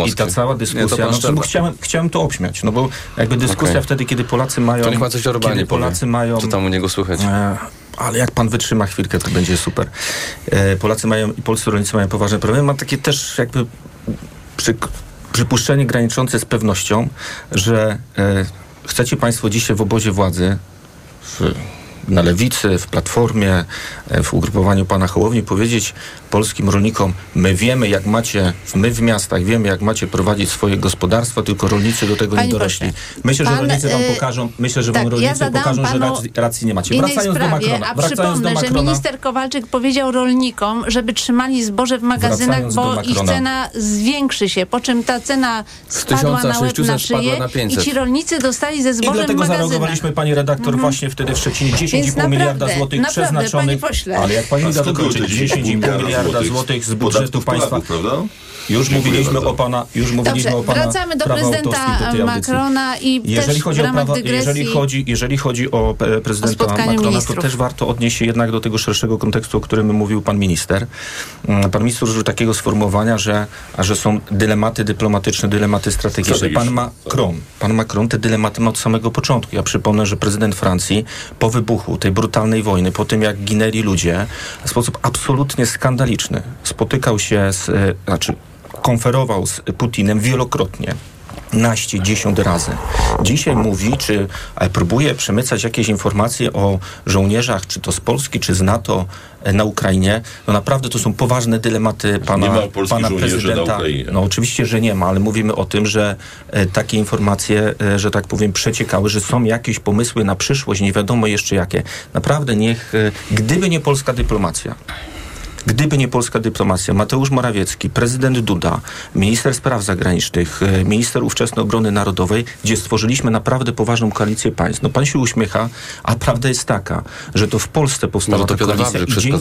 chciałem to obśmiać, no bo jakby dyskusja wtedy, kiedy Polacy mają... To niech pan coś o Orbanie powie, co tam u niego słychać. Ale jak pan wytrzyma chwilkę, to będzie super. Polacy mają i polscy rolnicy mają poważne problemy. Mam takie też jakby przypuszczenie graniczące z pewnością, że chcecie państwo dzisiaj w obozie władzy, na Lewicy, w Platformie, w ugrupowaniu pana Hołowni powiedzieć polskim rolnikom, my w miastach wiemy, jak macie prowadzić swoje gospodarstwa, tylko rolnicy do tego nie dorośli. Myślę, że rolnicy wam pokażą, że racji nie macie. Wracając do Macrona. Przypomnę, że minister Kowalczyk powiedział rolnikom, żeby trzymali zboże w magazynach, bo ich cena zwiększy się, po czym ta cena spadła na łeb na szyję i ci rolnicy dostali ze zbożem w magazynach. I dlatego zareagowaliśmy, pani redaktor, właśnie wtedy w Szczecinie 10,5 miliarda złotych przeznaczonych. Ale jak pani da dokończyć 10,5 miliarda złotych z budżetu państwa. Już mówiliśmy o pana wracamy do prezydenta Macrona i w ramach dygresji. Jeżeli chodzi o prezydenta Macrona, to też warto odnieść się jednak do tego szerszego kontekstu, o którym mówił pan minister. Pan minister użył takiego sformułowania, że są dylematy dyplomatyczne, dylematy strategiczne. Pan Macron te dylematy ma od samego początku. Ja przypomnę, że prezydent Francji po wybuchu tej brutalnej wojny, po tym jak ginęli ludzie, w sposób absolutnie skandaliczny spotykał się konferował z Putinem wielokrotnie. 10 razy. Dzisiaj mówi, czy próbuje przemycać jakieś informacje o żołnierzach, czy to z Polski, czy z NATO na Ukrainie. No naprawdę to są poważne dylematy pana prezydenta. No oczywiście, że nie ma, ale mówimy o tym, że takie informacje, że tak powiem, przeciekały, że są jakieś pomysły na przyszłość, nie wiadomo jeszcze jakie. Naprawdę gdyby nie polska dyplomacja, Mateusz Morawiecki, prezydent Duda, minister spraw zagranicznych, minister ówczesnej obrony narodowej, gdzie stworzyliśmy naprawdę poważną koalicję państw. No pan się uśmiecha, a prawda jest taka, że to w Polsce powstała ta koalicja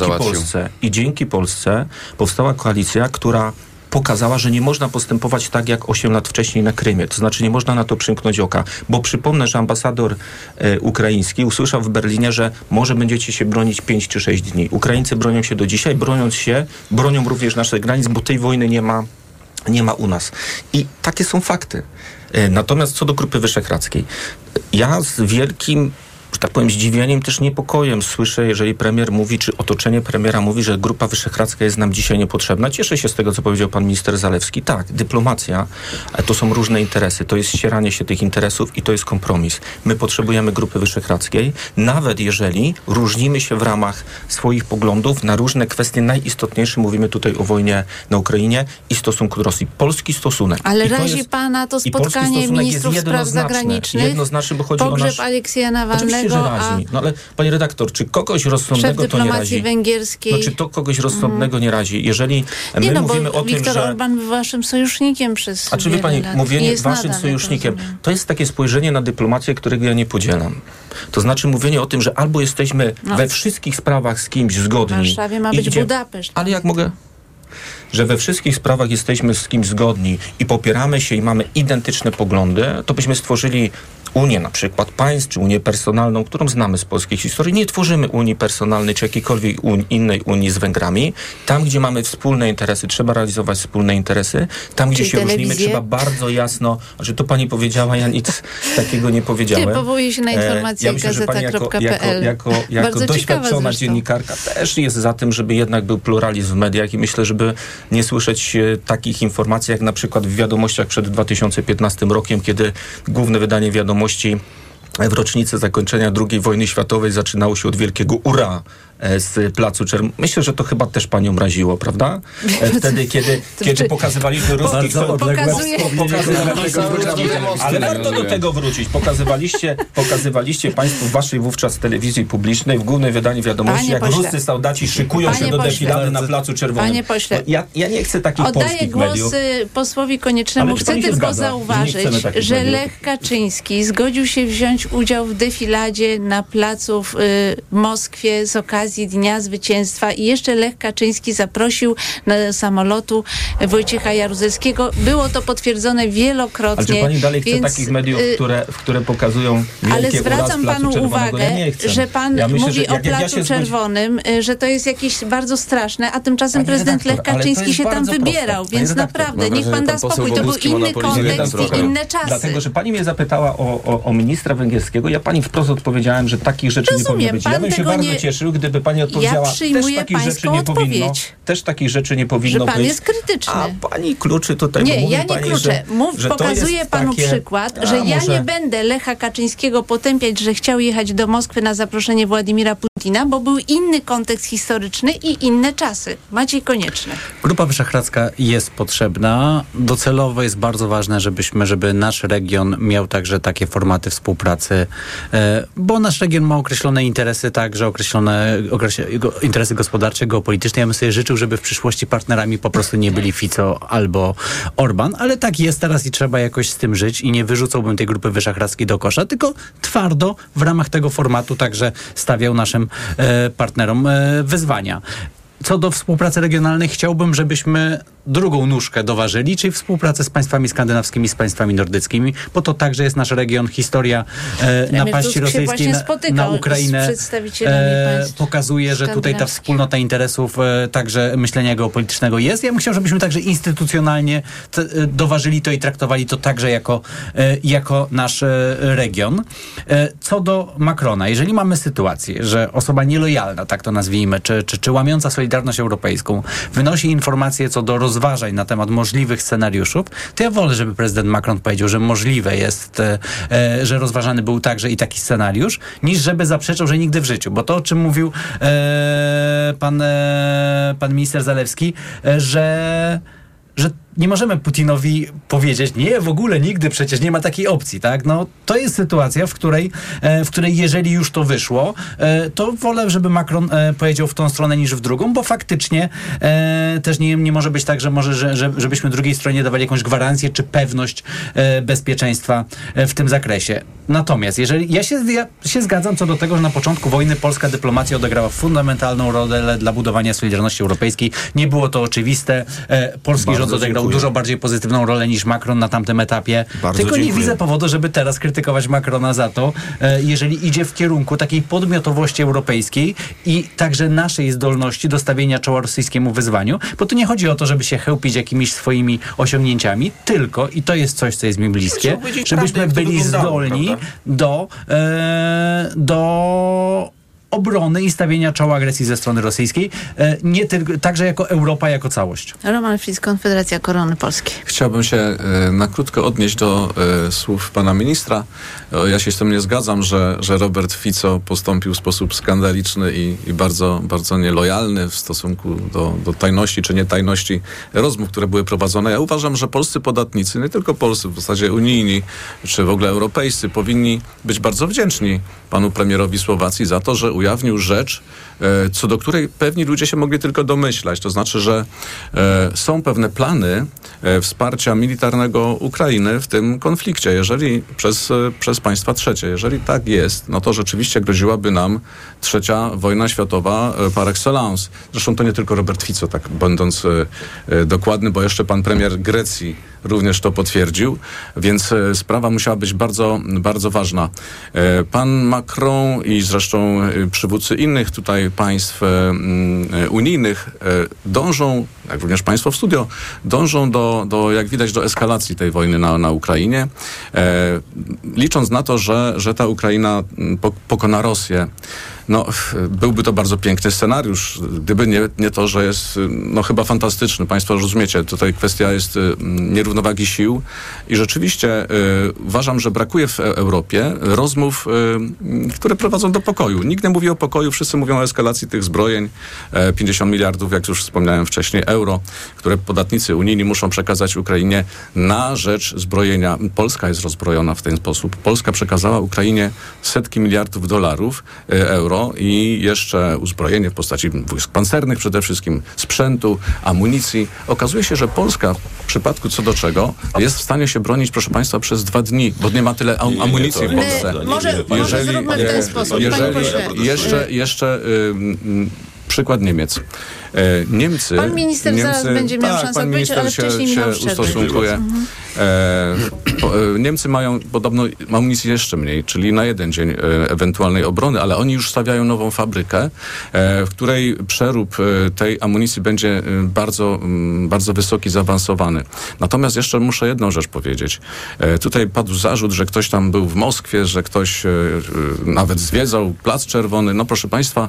i dzięki Polsce powstała koalicja, która pokazała, że nie można postępować tak jak 8 lat wcześniej na Krymie. To znaczy nie można na to przymknąć oka. Bo przypomnę, że ambasador ukraiński usłyszał w Berlinie, że może będziecie się bronić 5 czy 6 dni. Ukraińcy bronią się do dzisiaj, bronią również naszych granic, bo tej wojny nie ma u nas. I takie są fakty. Natomiast co do Grupy Wyszehradzkiej. Ja z wielkim, że tak powiem, zdziwieniem, też niepokojem słyszę, jeżeli premier mówi, czy otoczenie premiera mówi, że Grupa Wyszehradzka jest nam dzisiaj niepotrzebna. Cieszę się z tego, co powiedział pan minister Zalewski. Tak, dyplomacja to są różne interesy. To jest ścieranie się tych interesów i to jest kompromis. My potrzebujemy Grupy Wyszehradzkiej, nawet jeżeli różnimy się w ramach swoich poglądów na różne kwestie najistotniejsze. Mówimy tutaj o wojnie na Ukrainie i stosunku do Rosji. Polski stosunek. Ale razi pana to spotkanie ministrów spraw zagranicznych? Jednoznaczny, bo chodzi o pogrzeb Aleksieja Nawalnego. Że razi. No ale pani redaktor, czy kogoś rozsądnego to nie razi? Węgierskiej. No, czy to kogoś rozsądnego nie razi? Jeżeli my mówimy o tym, Viktor Orban był waszym sojusznikiem przez A czy wie pani, mówienie waszym sojusznikiem, to jest takie spojrzenie na dyplomację, którego ja nie podzielam. To znaczy mówienie o tym, że albo jesteśmy we wszystkich sprawach z kimś zgodni. W Warszawie ma być Budapeszt. Ale jak mogę? Że we wszystkich sprawach jesteśmy z kimś zgodni i popieramy się i mamy identyczne poglądy, to byśmy stworzyli Unię na przykład państw, czy Unię personalną, którą znamy z polskiej historii. Nie tworzymy Unii personalnej, czy jakiejkolwiek innej Unii z Węgrami. Tam, gdzie mamy wspólne interesy, trzeba realizować wspólne interesy. Tam, gdzie się różnimy, trzeba bardzo jasno, że to pani powiedziała, ja nic takiego nie powiedziałem. Powołuję się na informację gazeta.pl. Jako doświadczona dziennikarka też jest za tym, żeby jednak był pluralizm w mediach i myślę, żeby nie słyszeć takich informacji, jak na przykład w Wiadomościach przed 2015 rokiem, kiedy główne wydanie Wiadomości w rocznicę zakończenia II wojny światowej zaczynało się od wielkiego ura z Placu Czerwonego. Myślę, że to chyba też panią raziło, prawda? Wtedy, kiedy pokazywaliśmy ruskich... Ale warto do tego wrócić. Pokazywaliście państwo w waszej wówczas telewizji publicznej, w głównym wydaniu Wiadomości, jak ruscy soldaci szykują się do defilady na Placu Czerwonym. Panie pośle, ja nie chcę takich polskich mediów. Oddaję głos posłowi Koniecznemu. Chcę tylko zauważyć, że Lech Kaczyński zgodził się wziąć udział w defiladzie na placu w Moskwie z okazji okazji Dnia Zwycięstwa i jeszcze Lech Kaczyński zaprosił do samolotu Wojciecha Jaruzelskiego. Było to potwierdzone wielokrotnie. Ale czy pani dalej chce takich mediów, które pokazują wielkie ale zwracam panu uwagę, że pan mówi o Placu Czerwonym, że to jest jakieś bardzo straszne, a tymczasem prezydent Lech Kaczyński się tam wybierał, więc naprawdę, niech pan da spokój. To był inny kontekst i inne czasy. Dlatego, że pani mnie zapytała o ministra węgierskiego, ja pani wprost odpowiedziałem, że takich rzeczy nie powinno być. Ja bym się bardzo cieszył, gdyby pani odpowiedziała, też takich rzeczy nie powinno być. Że pan jest krytyczny. A pani kluczy tutaj, nie, ja nie kluczę. Pokazuję panu przykład, że ja nie będę Lecha Kaczyńskiego potępiać, że chciał jechać do Moskwy na zaproszenie Władimira Putina, bo był inny kontekst historyczny i inne czasy. Maciej Konieczny. Grupa Wyszehradzka jest potrzebna. Docelowo jest bardzo ważne, żeby nasz region miał także takie formaty współpracy, bo nasz region ma określone interesy, także określone interesy gospodarcze, geopolityczne. Ja bym sobie życzył, żeby w przyszłości partnerami po prostu nie byli Fico albo Orban, ale tak jest teraz i trzeba jakoś z tym żyć i nie wyrzucałbym tej Grupy Wyszehradzkiej do kosza, tylko twardo w ramach tego formatu także stawiał naszym partnerom wyzwania. Co do współpracy regionalnej, chciałbym, żebyśmy drugą nóżkę doważyli, czyli współpracę z państwami skandynawskimi, z państwami nordyckimi, bo to także jest nasz region, historia napaści rosyjskiej na Ukrainę pokazuje, że tutaj ta wspólnota interesów, także myślenia geopolitycznego jest. Ja bym chciał, żebyśmy także instytucjonalnie doważyli to i traktowali to także jako nasz region. Co do Macrona, jeżeli mamy sytuację, że osoba nielojalna, tak to nazwijmy, czy łamiąca Solidarność Europejską wynosi informacje co do rozważań na temat możliwych scenariuszów, to ja wolę, żeby prezydent Macron powiedział, że możliwe jest, że rozważany był także i taki scenariusz, niż żeby zaprzeczał, że nigdy w życiu. Bo to, o czym mówił pan minister Zalewski, że nie możemy Putinowi powiedzieć, nie, w ogóle nigdy przecież nie ma takiej opcji, tak? No, to jest sytuacja, w której jeżeli już to wyszło, to wolę, żeby Macron powiedział w tą stronę niż w drugą, bo faktycznie też nie może być tak, żebyśmy drugiej stronie dawali jakąś gwarancję czy pewność bezpieczeństwa w tym zakresie. Natomiast ja się zgadzam co do tego, że na początku wojny polska dyplomacja odegrała fundamentalną rolę dla budowania Solidarności Europejskiej. Nie było to oczywiste. Polski rząd odegrał dużo bardziej pozytywną rolę niż Macron na tamtym etapie. Tylko nie widzę powodu, żeby teraz krytykować Macrona za to, jeżeli idzie w kierunku takiej podmiotowości europejskiej i także naszej zdolności do stawienia czoła rosyjskiemu wyzwaniu, bo tu nie chodzi o to, żeby się chełpić jakimiś swoimi osiągnięciami, tylko, i to jest coś, co jest mi bliskie, żebyśmy byli zdolni do obrony i stawienia czoła agresji ze strony rosyjskiej, nie tylko, także jako Europa, jako całość. Roman Fritz, Konfederacja Korony Polskiej. Chciałbym się na krótko odnieść do słów pana ministra. Ja się z tym nie zgadzam, że Robert Fico postąpił w sposób skandaliczny i bardzo, bardzo nielojalny w stosunku do tajności czy nietajności rozmów, które były prowadzone. Ja uważam, że polscy podatnicy, nie tylko polscy, w zasadzie unijni, czy w ogóle europejscy, powinni być bardzo wdzięczni panu premierowi Słowacji za to, że ujawnił rzecz, co do której pewni ludzie się mogli tylko domyślać. To znaczy, że są pewne plany wsparcia militarnego Ukrainy w tym konflikcie. Jeżeli przez państwa trzecie, jeżeli tak jest, no to rzeczywiście groziłaby nam trzecia wojna światowa par excellence. Zresztą to nie tylko Robert Fico, tak będąc dokładny, bo jeszcze pan premier Grecji również to potwierdził, więc sprawa musiała być bardzo, bardzo ważna. Pan Macron i zresztą przywódcy innych tutaj państw unijnych dążą, jak również państwo w studio, dążą do jak widać, do eskalacji tej wojny na Ukrainie, licząc na to, że ta Ukraina pokona Rosję. No, byłby to bardzo piękny scenariusz, gdyby nie to, że jest chyba fantastyczny. Państwo rozumiecie, tutaj kwestia jest nierównowagi sił i rzeczywiście uważam, że brakuje w Europie rozmów, które prowadzą do pokoju. Nikt nie mówi o pokoju, wszyscy mówią o eskalacji tych zbrojeń. 50 miliardów, jak już wspomniałem wcześniej, euro, które podatnicy unijni muszą przekazać Ukrainie na rzecz zbrojenia. Polska jest rozbrojona w ten sposób. Polska przekazała Ukrainie setki miliardów dolarów, euro, euro i jeszcze uzbrojenie w postaci wojsk pancernych przede wszystkim, sprzętu, amunicji. Okazuje się, że Polska w przypadku co do czego jest w stanie się bronić, proszę Państwa, przez 2 dni, bo nie ma tyle amunicji w Polsce. Może zróbmy w ten sposób, panie pośle. Jeszcze przykład Niemiec. Niemcy... Pan minister zaraz będzie miał szansę odpowiedzieć, ale wcześniej mi ustosunkuje. Niemcy mają podobno amunicji jeszcze mniej, czyli na 1 dzień ewentualnej obrony, ale oni już stawiają nową fabrykę, w której przerób tej amunicji będzie bardzo, bardzo wysoki, zaawansowany. Natomiast jeszcze muszę jedną rzecz powiedzieć. Tutaj padł zarzut, że ktoś tam był w Moskwie, że ktoś nawet zwiedzał Plac Czerwony. No proszę Państwa,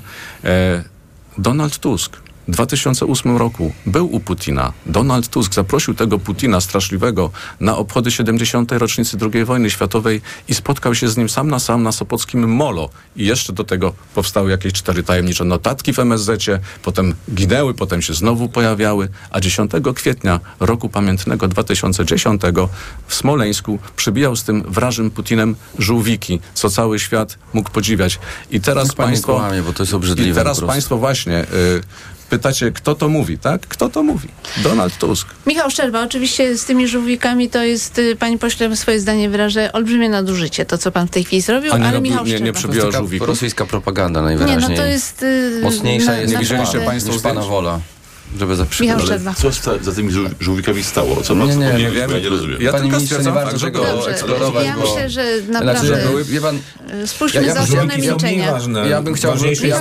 Donald Tusk w 2008 roku był u Putina. Donald Tusk zaprosił tego Putina straszliwego na obchody 70. rocznicy II wojny światowej i spotkał się z nim sam na sopockim molo. I jeszcze do tego powstały jakieś 4 tajemnicze notatki w MSZ-cie, potem ginęły, potem się znowu pojawiały, a 10 kwietnia roku pamiętnego 2010 w Smoleńsku przybijał z tym wrażym Putinem żółwiki, co cały świat mógł podziwiać. I teraz państwo... Kłamie, bo to jest obrzydliwe. I teraz państwo właśnie... Pytacie, kto to mówi, tak? Kto to mówi? Donald Tusk. Michał Szczerba, oczywiście z tymi żółwikami to jest, panie pośle, swoje zdanie wyrażę, olbrzymie nadużycie, to, co pan w tej chwili zrobił, ale Michał Szczerba. Nie przybija żółwików. Rosyjska propaganda najwyraźniej. Nie, no to jest... mocniejsza jest niż pana wola. Żeby Michał Szczerba. Co za tymi żółwikami stało? Co pan nie wiem. Ja nie rozumiem. Ja Panie tylko ministrze, nie warto tego eksplorować, ja bo... myślę, że naprawdę... Spójrzmy za ocenę milczenia. Ja bym chciał...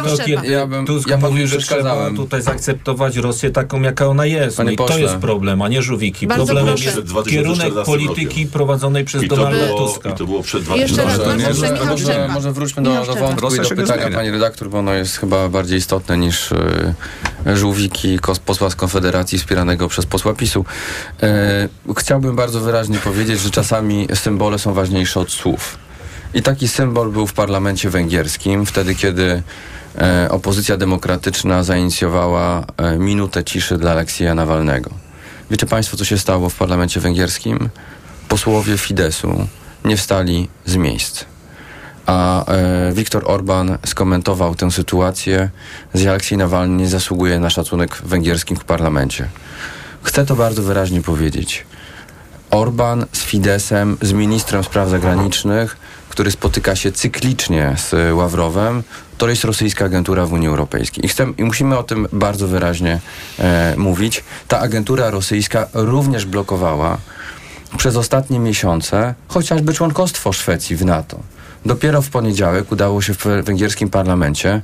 Tusk mówił, że trzeba tutaj zaakceptować Rosję taką, jaka ona jest. No i to jest problem, a nie żółwiki. Problemem jest kierunek polityki prowadzonej przez Donalda Tuska. I to było przed 2014 Jeszcze raz, może wróćmy do wątku i do pytania pani redaktor, bo ono jest chyba bardziej istotne niż żółwiki posła z Konfederacji wspieranego przez posła PiS-u. Chciałbym bardzo wyraźnie powiedzieć, że czasami symbole są ważniejsze od słów. I taki symbol był w parlamencie węgierskim, wtedy kiedy opozycja demokratyczna zainicjowała minutę ciszy dla Aleksieja Nawalnego. Wiecie państwo, co się stało w parlamencie węgierskim? Posłowie Fideszu nie wstali z miejsc. A Viktor Orban skomentował tę sytuację, że Aleksiej Nawalny nie zasługuje na szacunek w węgierskim parlamencie. Chcę to bardzo wyraźnie powiedzieć. Orban z Fidesem, z ministrem spraw zagranicznych, który spotyka się cyklicznie z Ławrowem, to jest rosyjska agentura w Unii Europejskiej. I musimy o tym bardzo wyraźnie mówić. Ta agentura rosyjska również blokowała przez ostatnie miesiące chociażby członkostwo Szwecji w NATO. Dopiero w poniedziałek udało się w węgierskim parlamencie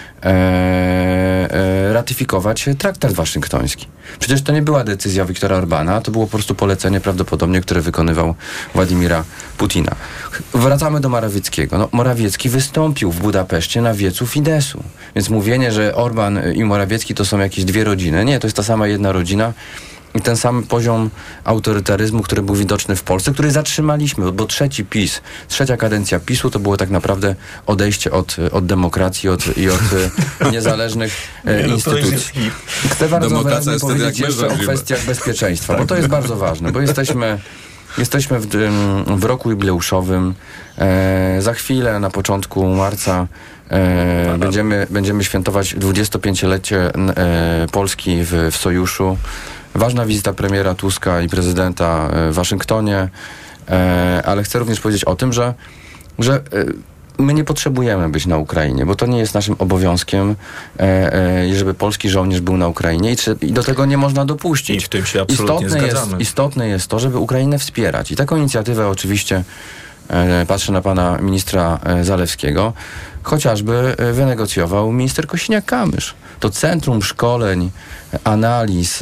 ratyfikować traktat waszyngtoński. Przecież to nie była decyzja Viktora Orbana, to było po prostu polecenie prawdopodobnie, które wykonywał Władimira Putina. Wracamy do Morawieckiego. No, Morawiecki wystąpił w Budapeszcie na wiecu Fidesu. Więc mówienie, że Orban i Morawiecki to są jakieś 2 rodziny. Nie, to jest ta sama jedna rodzina. I ten sam poziom autorytaryzmu, który był widoczny w Polsce, który zatrzymaliśmy, bo trzecia kadencja PiS-u to było tak naprawdę odejście od demokracji i od niezależnych instytucji. Chcę bardzo wyraźnie powiedzieć jeszcze o kwestiach bezpieczeństwa, bo to jest bardzo ważne, bo jesteśmy w roku jubileuszowym. Za chwilę, na początku marca, będziemy świętować 25-lecie Polski w Sojuszu. Ważna wizyta premiera Tuska i prezydenta w Waszyngtonie, ale chcę również powiedzieć o tym, że my nie potrzebujemy być na Ukrainie, bo to nie jest naszym obowiązkiem, żeby polski żołnierz był na Ukrainie i do tego nie można dopuścić. I w tym się absolutnie zgadzamy. Istotne jest to, żeby Ukrainę wspierać. I taką inicjatywę oczywiście, patrzę na pana ministra Zalewskiego, chociażby wynegocjował minister Kosiniak-Kamysz. To Centrum Szkoleń, Analiz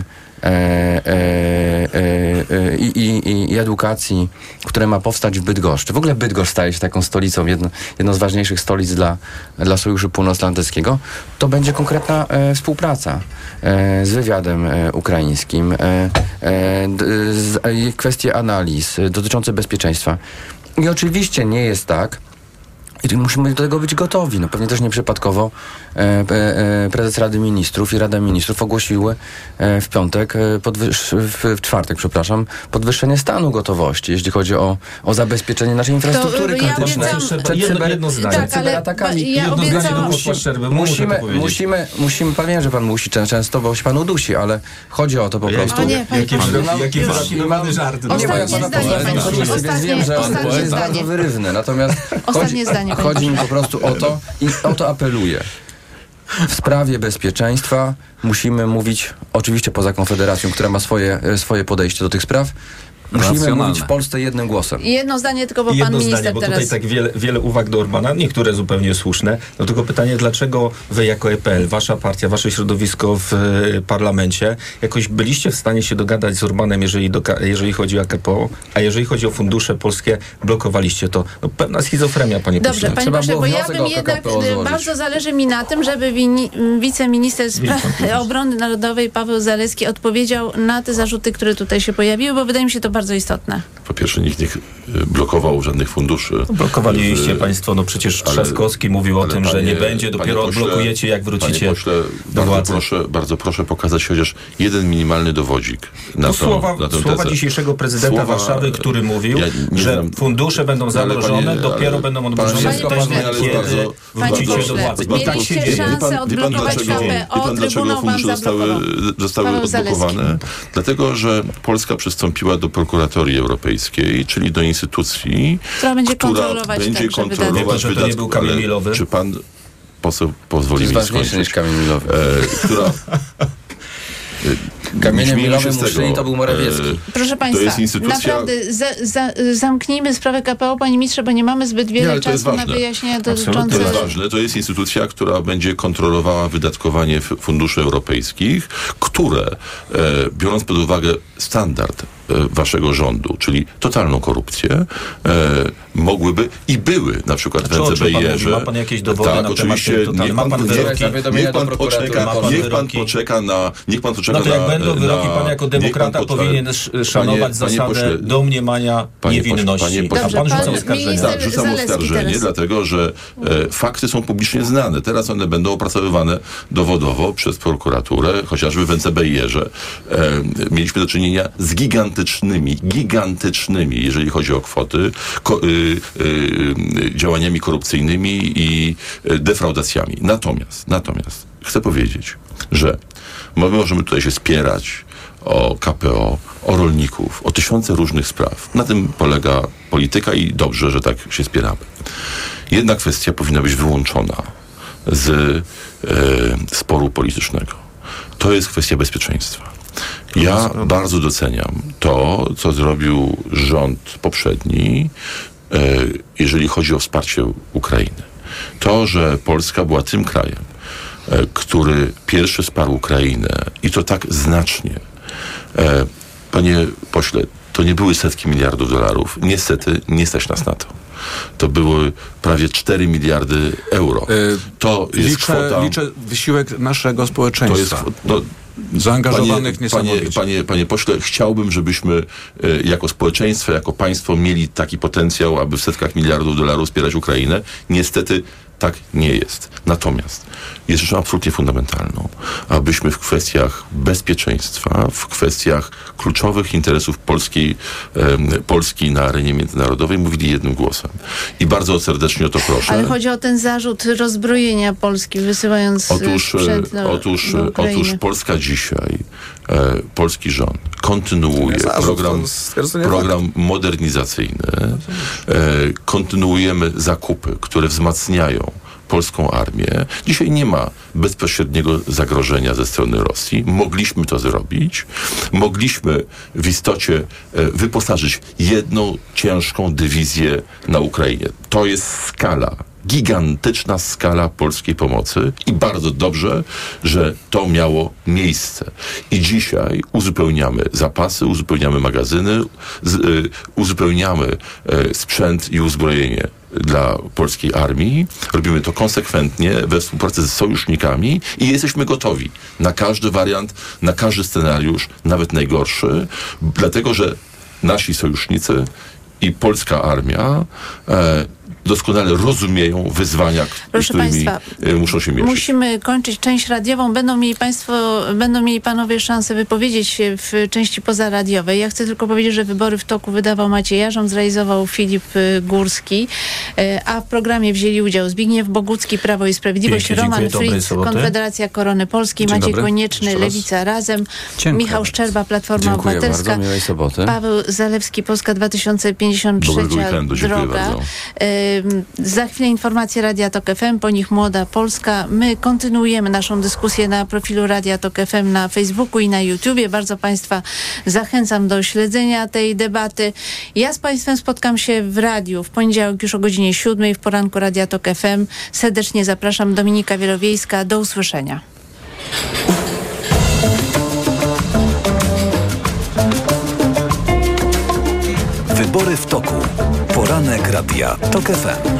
i Edukacji, które ma powstać w Bydgoszczy. W ogóle Bydgoszcz staje się taką stolicą, jedną z ważniejszych stolic dla Sojuszu Północnoatlantyckiego. To będzie konkretna współpraca z wywiadem ukraińskim, kwestie analiz dotyczące bezpieczeństwa. I oczywiście nie jest tak, I musimy do tego być gotowi. No pewnie też nieprzypadkowo prezes Rady Ministrów i Rada Ministrów ogłosiły w piątek, w czwartek, podwyższenie stanu gotowości, jeśli chodzi o zabezpieczenie naszej infrastruktury krytycznej jedno zdanie. Tak, cyberatakami. Ja musimy, wiem, że pan musi często, bo się pan udusi, ale chodzi o to po prostu. Jakie wyrafinowane żarty. Wiem, że to jest bardzo wyrywne. Natomiast chodzi mi po prostu o to i o to apeluję. W sprawie bezpieczeństwa musimy mówić, oczywiście poza Konfederacją, która ma swoje podejście do tych spraw, musimy mówić w Polsce jednym głosem. Jedno zdanie tylko, bo pan minister bo teraz... tutaj tak wiele uwag do Orbana, niektóre zupełnie słuszne. No tylko pytanie, dlaczego wy jako EPL, wasza partia, wasze środowisko w parlamencie, jakoś byliście w stanie się dogadać z Orbanem, jeżeli chodzi o KPO, a jeżeli chodzi o fundusze polskie, blokowaliście to. No, pewna schizofrenia, panie pośle. Dobrze, panie pośle, bo ja bym jednak, bardzo zależy mi na tym, żeby wiceminister obrony narodowej Paweł Zalewski odpowiedział na te zarzuty, które tutaj się pojawiły, bo wydaje mi się to bardzo istotne. Po pierwsze, nikt nie blokował żadnych funduszy. Blokowaliście państwo, no przecież Trzaskowski mówił o tym, że nie będzie, dopiero odblokujecie, jak wrócicie do władzy. Bardzo proszę pokazać chociaż jeden minimalny dowodzik na tę słowa dzisiejszego prezydenta Warszawy, który mówił, że fundusze będą zamrożone, dopiero będą odmrożone kiedy wrócicie do władzy. Mieliście szansę odblokować KPO, Trybunał wam zostały odblokowane? Dlatego, że Polska przystąpiła do prokuratorii europejskiej, czyli do instytucji, która będzie kontrolować wydatki. To nie był kamień milowy? Czy pan poseł pozwoli mi skończyć? Niż kamień milowy. Kamieniem milowym Muszyni to był Morawiecki. Proszę państwa, naprawdę zamknijmy sprawę KPO, panie ministrze, bo nie mamy zbyt wiele czasu na wyjaśnienia dotyczące... To jest ważne. To jest instytucja, która będzie kontrolowała wydatkowanie funduszy europejskich, które, biorąc pod uwagę standard waszego rządu, czyli totalną korupcję, mogłyby i były na przykład w NCBR-ze. Ma pan jakieś dowody na temat oczywiście, niech pan poczeka no to jak będą wyroki, pan jako demokrata powinien szanować zasadę domniemania niewinności. Dobrze, a pan rzuca oskarżenie. Tak, rzucam oskarżenie, dlatego że fakty są publicznie znane. Teraz one będą opracowywane dowodowo przez prokuraturę, chociażby w NCBR-ze. Mieliśmy do czynienia z gigantycznymi, jeżeli chodzi o kwoty, działaniami korupcyjnymi i defraudacjami. Natomiast chcę powiedzieć, że my możemy tutaj się spierać o KPO, o rolników, o tysiące różnych spraw. Na tym polega polityka i dobrze, że tak się spieramy. Jedna kwestia powinna być wyłączona z sporu politycznego. To jest kwestia bezpieczeństwa. Ja bardzo doceniam to, co zrobił rząd poprzedni, jeżeli chodzi o wsparcie Ukrainy. To, że Polska była tym krajem, który pierwszy wsparł Ukrainę i to tak znacznie. Panie pośle, to nie były setki miliardów dolarów. Niestety nie stać nas na to. To były prawie 4 miliardy euro. To jest kwota... Liczę wysiłek naszego społeczeństwa. To jest, zaangażowanych niesamowicie. Panie pośle, chciałbym, żebyśmy jako społeczeństwo, jako państwo mieli taki potencjał, aby w setkach miliardów dolarów wspierać Ukrainę. Niestety tak nie jest. Natomiast jest rzeczą absolutnie fundamentalną, abyśmy w kwestiach bezpieczeństwa, w kwestiach kluczowych interesów Polski na arenie międzynarodowej mówili jednym głosem. I bardzo serdecznie o to proszę. Ale chodzi o ten zarzut rozbrojenia Polski, wysyłając sprzęt do Ukrainy. Otóż Polska dzisiaj, polski rząd kontynuuje program modernizacyjny. Kontynuujemy zakupy, które wzmacniają polską armię. Dzisiaj nie ma bezpośredniego zagrożenia ze strony Rosji. Mogliśmy to zrobić. Mogliśmy w istocie wyposażyć jedną ciężką dywizję na Ukrainie. To jest skala, gigantyczna skala polskiej pomocy i bardzo dobrze, że to miało miejsce. I dzisiaj uzupełniamy zapasy, uzupełniamy magazyny, uzupełniamy sprzęt i uzbrojenie dla polskiej armii. Robimy to konsekwentnie we współpracy z sojusznikami i jesteśmy gotowi na każdy wariant, na każdy scenariusz, nawet najgorszy, dlatego że nasi sojusznicy i polska armia doskonale rozumieją wyzwania, z którymi muszą się mierzyć. Musimy kończyć część radiową. Będą mieli panowie szansę wypowiedzieć się w części pozaradiowej. Ja chcę tylko powiedzieć, że wybory w toku wydawał Maciej Jarząb, zrealizował Filip Górski, a w programie wzięli udział Zbigniew Bogucki, Prawo i Sprawiedliwość, Roman Fritz, Konfederacja Korony Polskiej, Maciej Konieczny, Lewica Razem, Michał Szczerba, Platforma Obywatelska, Paweł Zalewski, Polska 2053, droga. Za chwilę informacje Radia Tok FM, po nich Młoda Polska. My kontynuujemy naszą dyskusję na profilu Radia Tok FM na Facebooku i na YouTubie. Bardzo Państwa zachęcam do śledzenia tej debaty. Ja z Państwem spotkam się w radiu w poniedziałek już o godzinie 7 w poranku Radia Tok FM. Serdecznie zapraszam. Dominika Wielowiejska. Do usłyszenia. Wybory w toku. Poranek Radia Tok FM.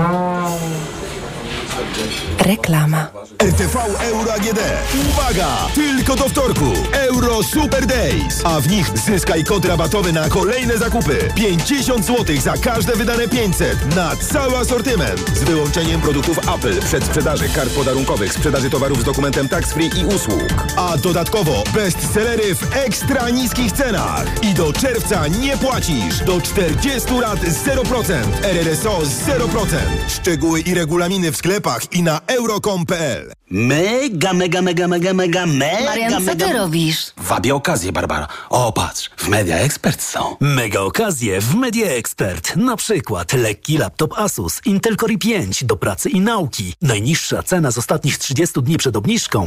Reklama. RTV Euro AGD. Uwaga! Tylko do wtorku. Euro Super Days. A w nich zyskaj kod rabatowy na kolejne zakupy. 50 zł za każde wydane 500 na cały asortyment. Z wyłączeniem produktów Apple, przedsprzedaży, kart podarunkowych, sprzedaży towarów z dokumentem tax free i usług. A dodatkowo bestsellery w ekstra niskich cenach. I do czerwca nie płacisz. Do 40 lat 0%. RRSO 0%. Szczegóły i regulaminy w sklepach i na euro.com.pl. Mega. Marian, co ty robisz? Wabię okazję, Barbara. O, patrz, w Media Expert są. Mega okazje w Media Expert. Na przykład lekki laptop Asus Intel Core i5 do pracy i nauki. Najniższa cena z ostatnich 30 dni przed obniżką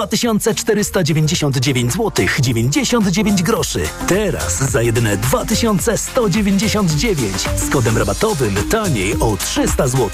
2499 zł 99 groszy. Teraz za jedyne 2199 z kodem rabatowym taniej o 300 zł.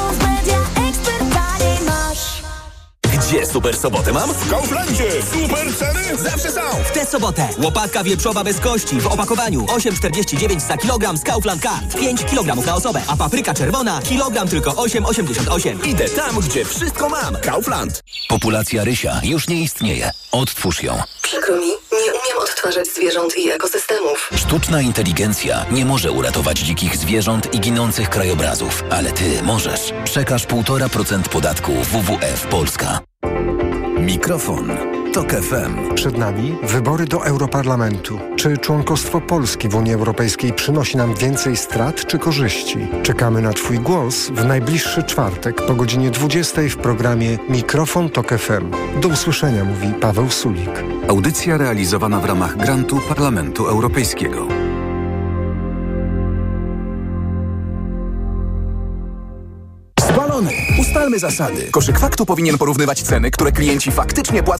Gdzie super sobotę mam? W Kauflandzie. Super ceny zawsze są. W tę sobotę łopatka wieprzowa bez kości w opakowaniu 8,49 za kilogram z Kaufland Card. 5 kg na osobę, a papryka czerwona kilogram tylko 8,88. Idę tam, gdzie wszystko mam. Kaufland. Populacja rysia już nie istnieje. Odtwórz ją. Przykro mi, nie umiem odtwarzać zwierząt i ekosystemów. Sztuczna inteligencja nie może uratować dzikich zwierząt i ginących krajobrazów, ale ty możesz. Przekaż 1,5% podatku WWF Polska. Mikrofon. Tok FM. Przed nami wybory do Europarlamentu. Czy członkostwo Polski w Unii Europejskiej przynosi nam więcej strat czy korzyści? Czekamy na Twój głos w najbliższy czwartek po godzinie 20 w programie Mikrofon Tok FM. Do usłyszenia, mówi Paweł Sulik. Audycja realizowana w ramach grantu Parlamentu Europejskiego. Ustalmy zasady. Koszyk faktu powinien porównywać ceny, które klienci faktycznie płacą.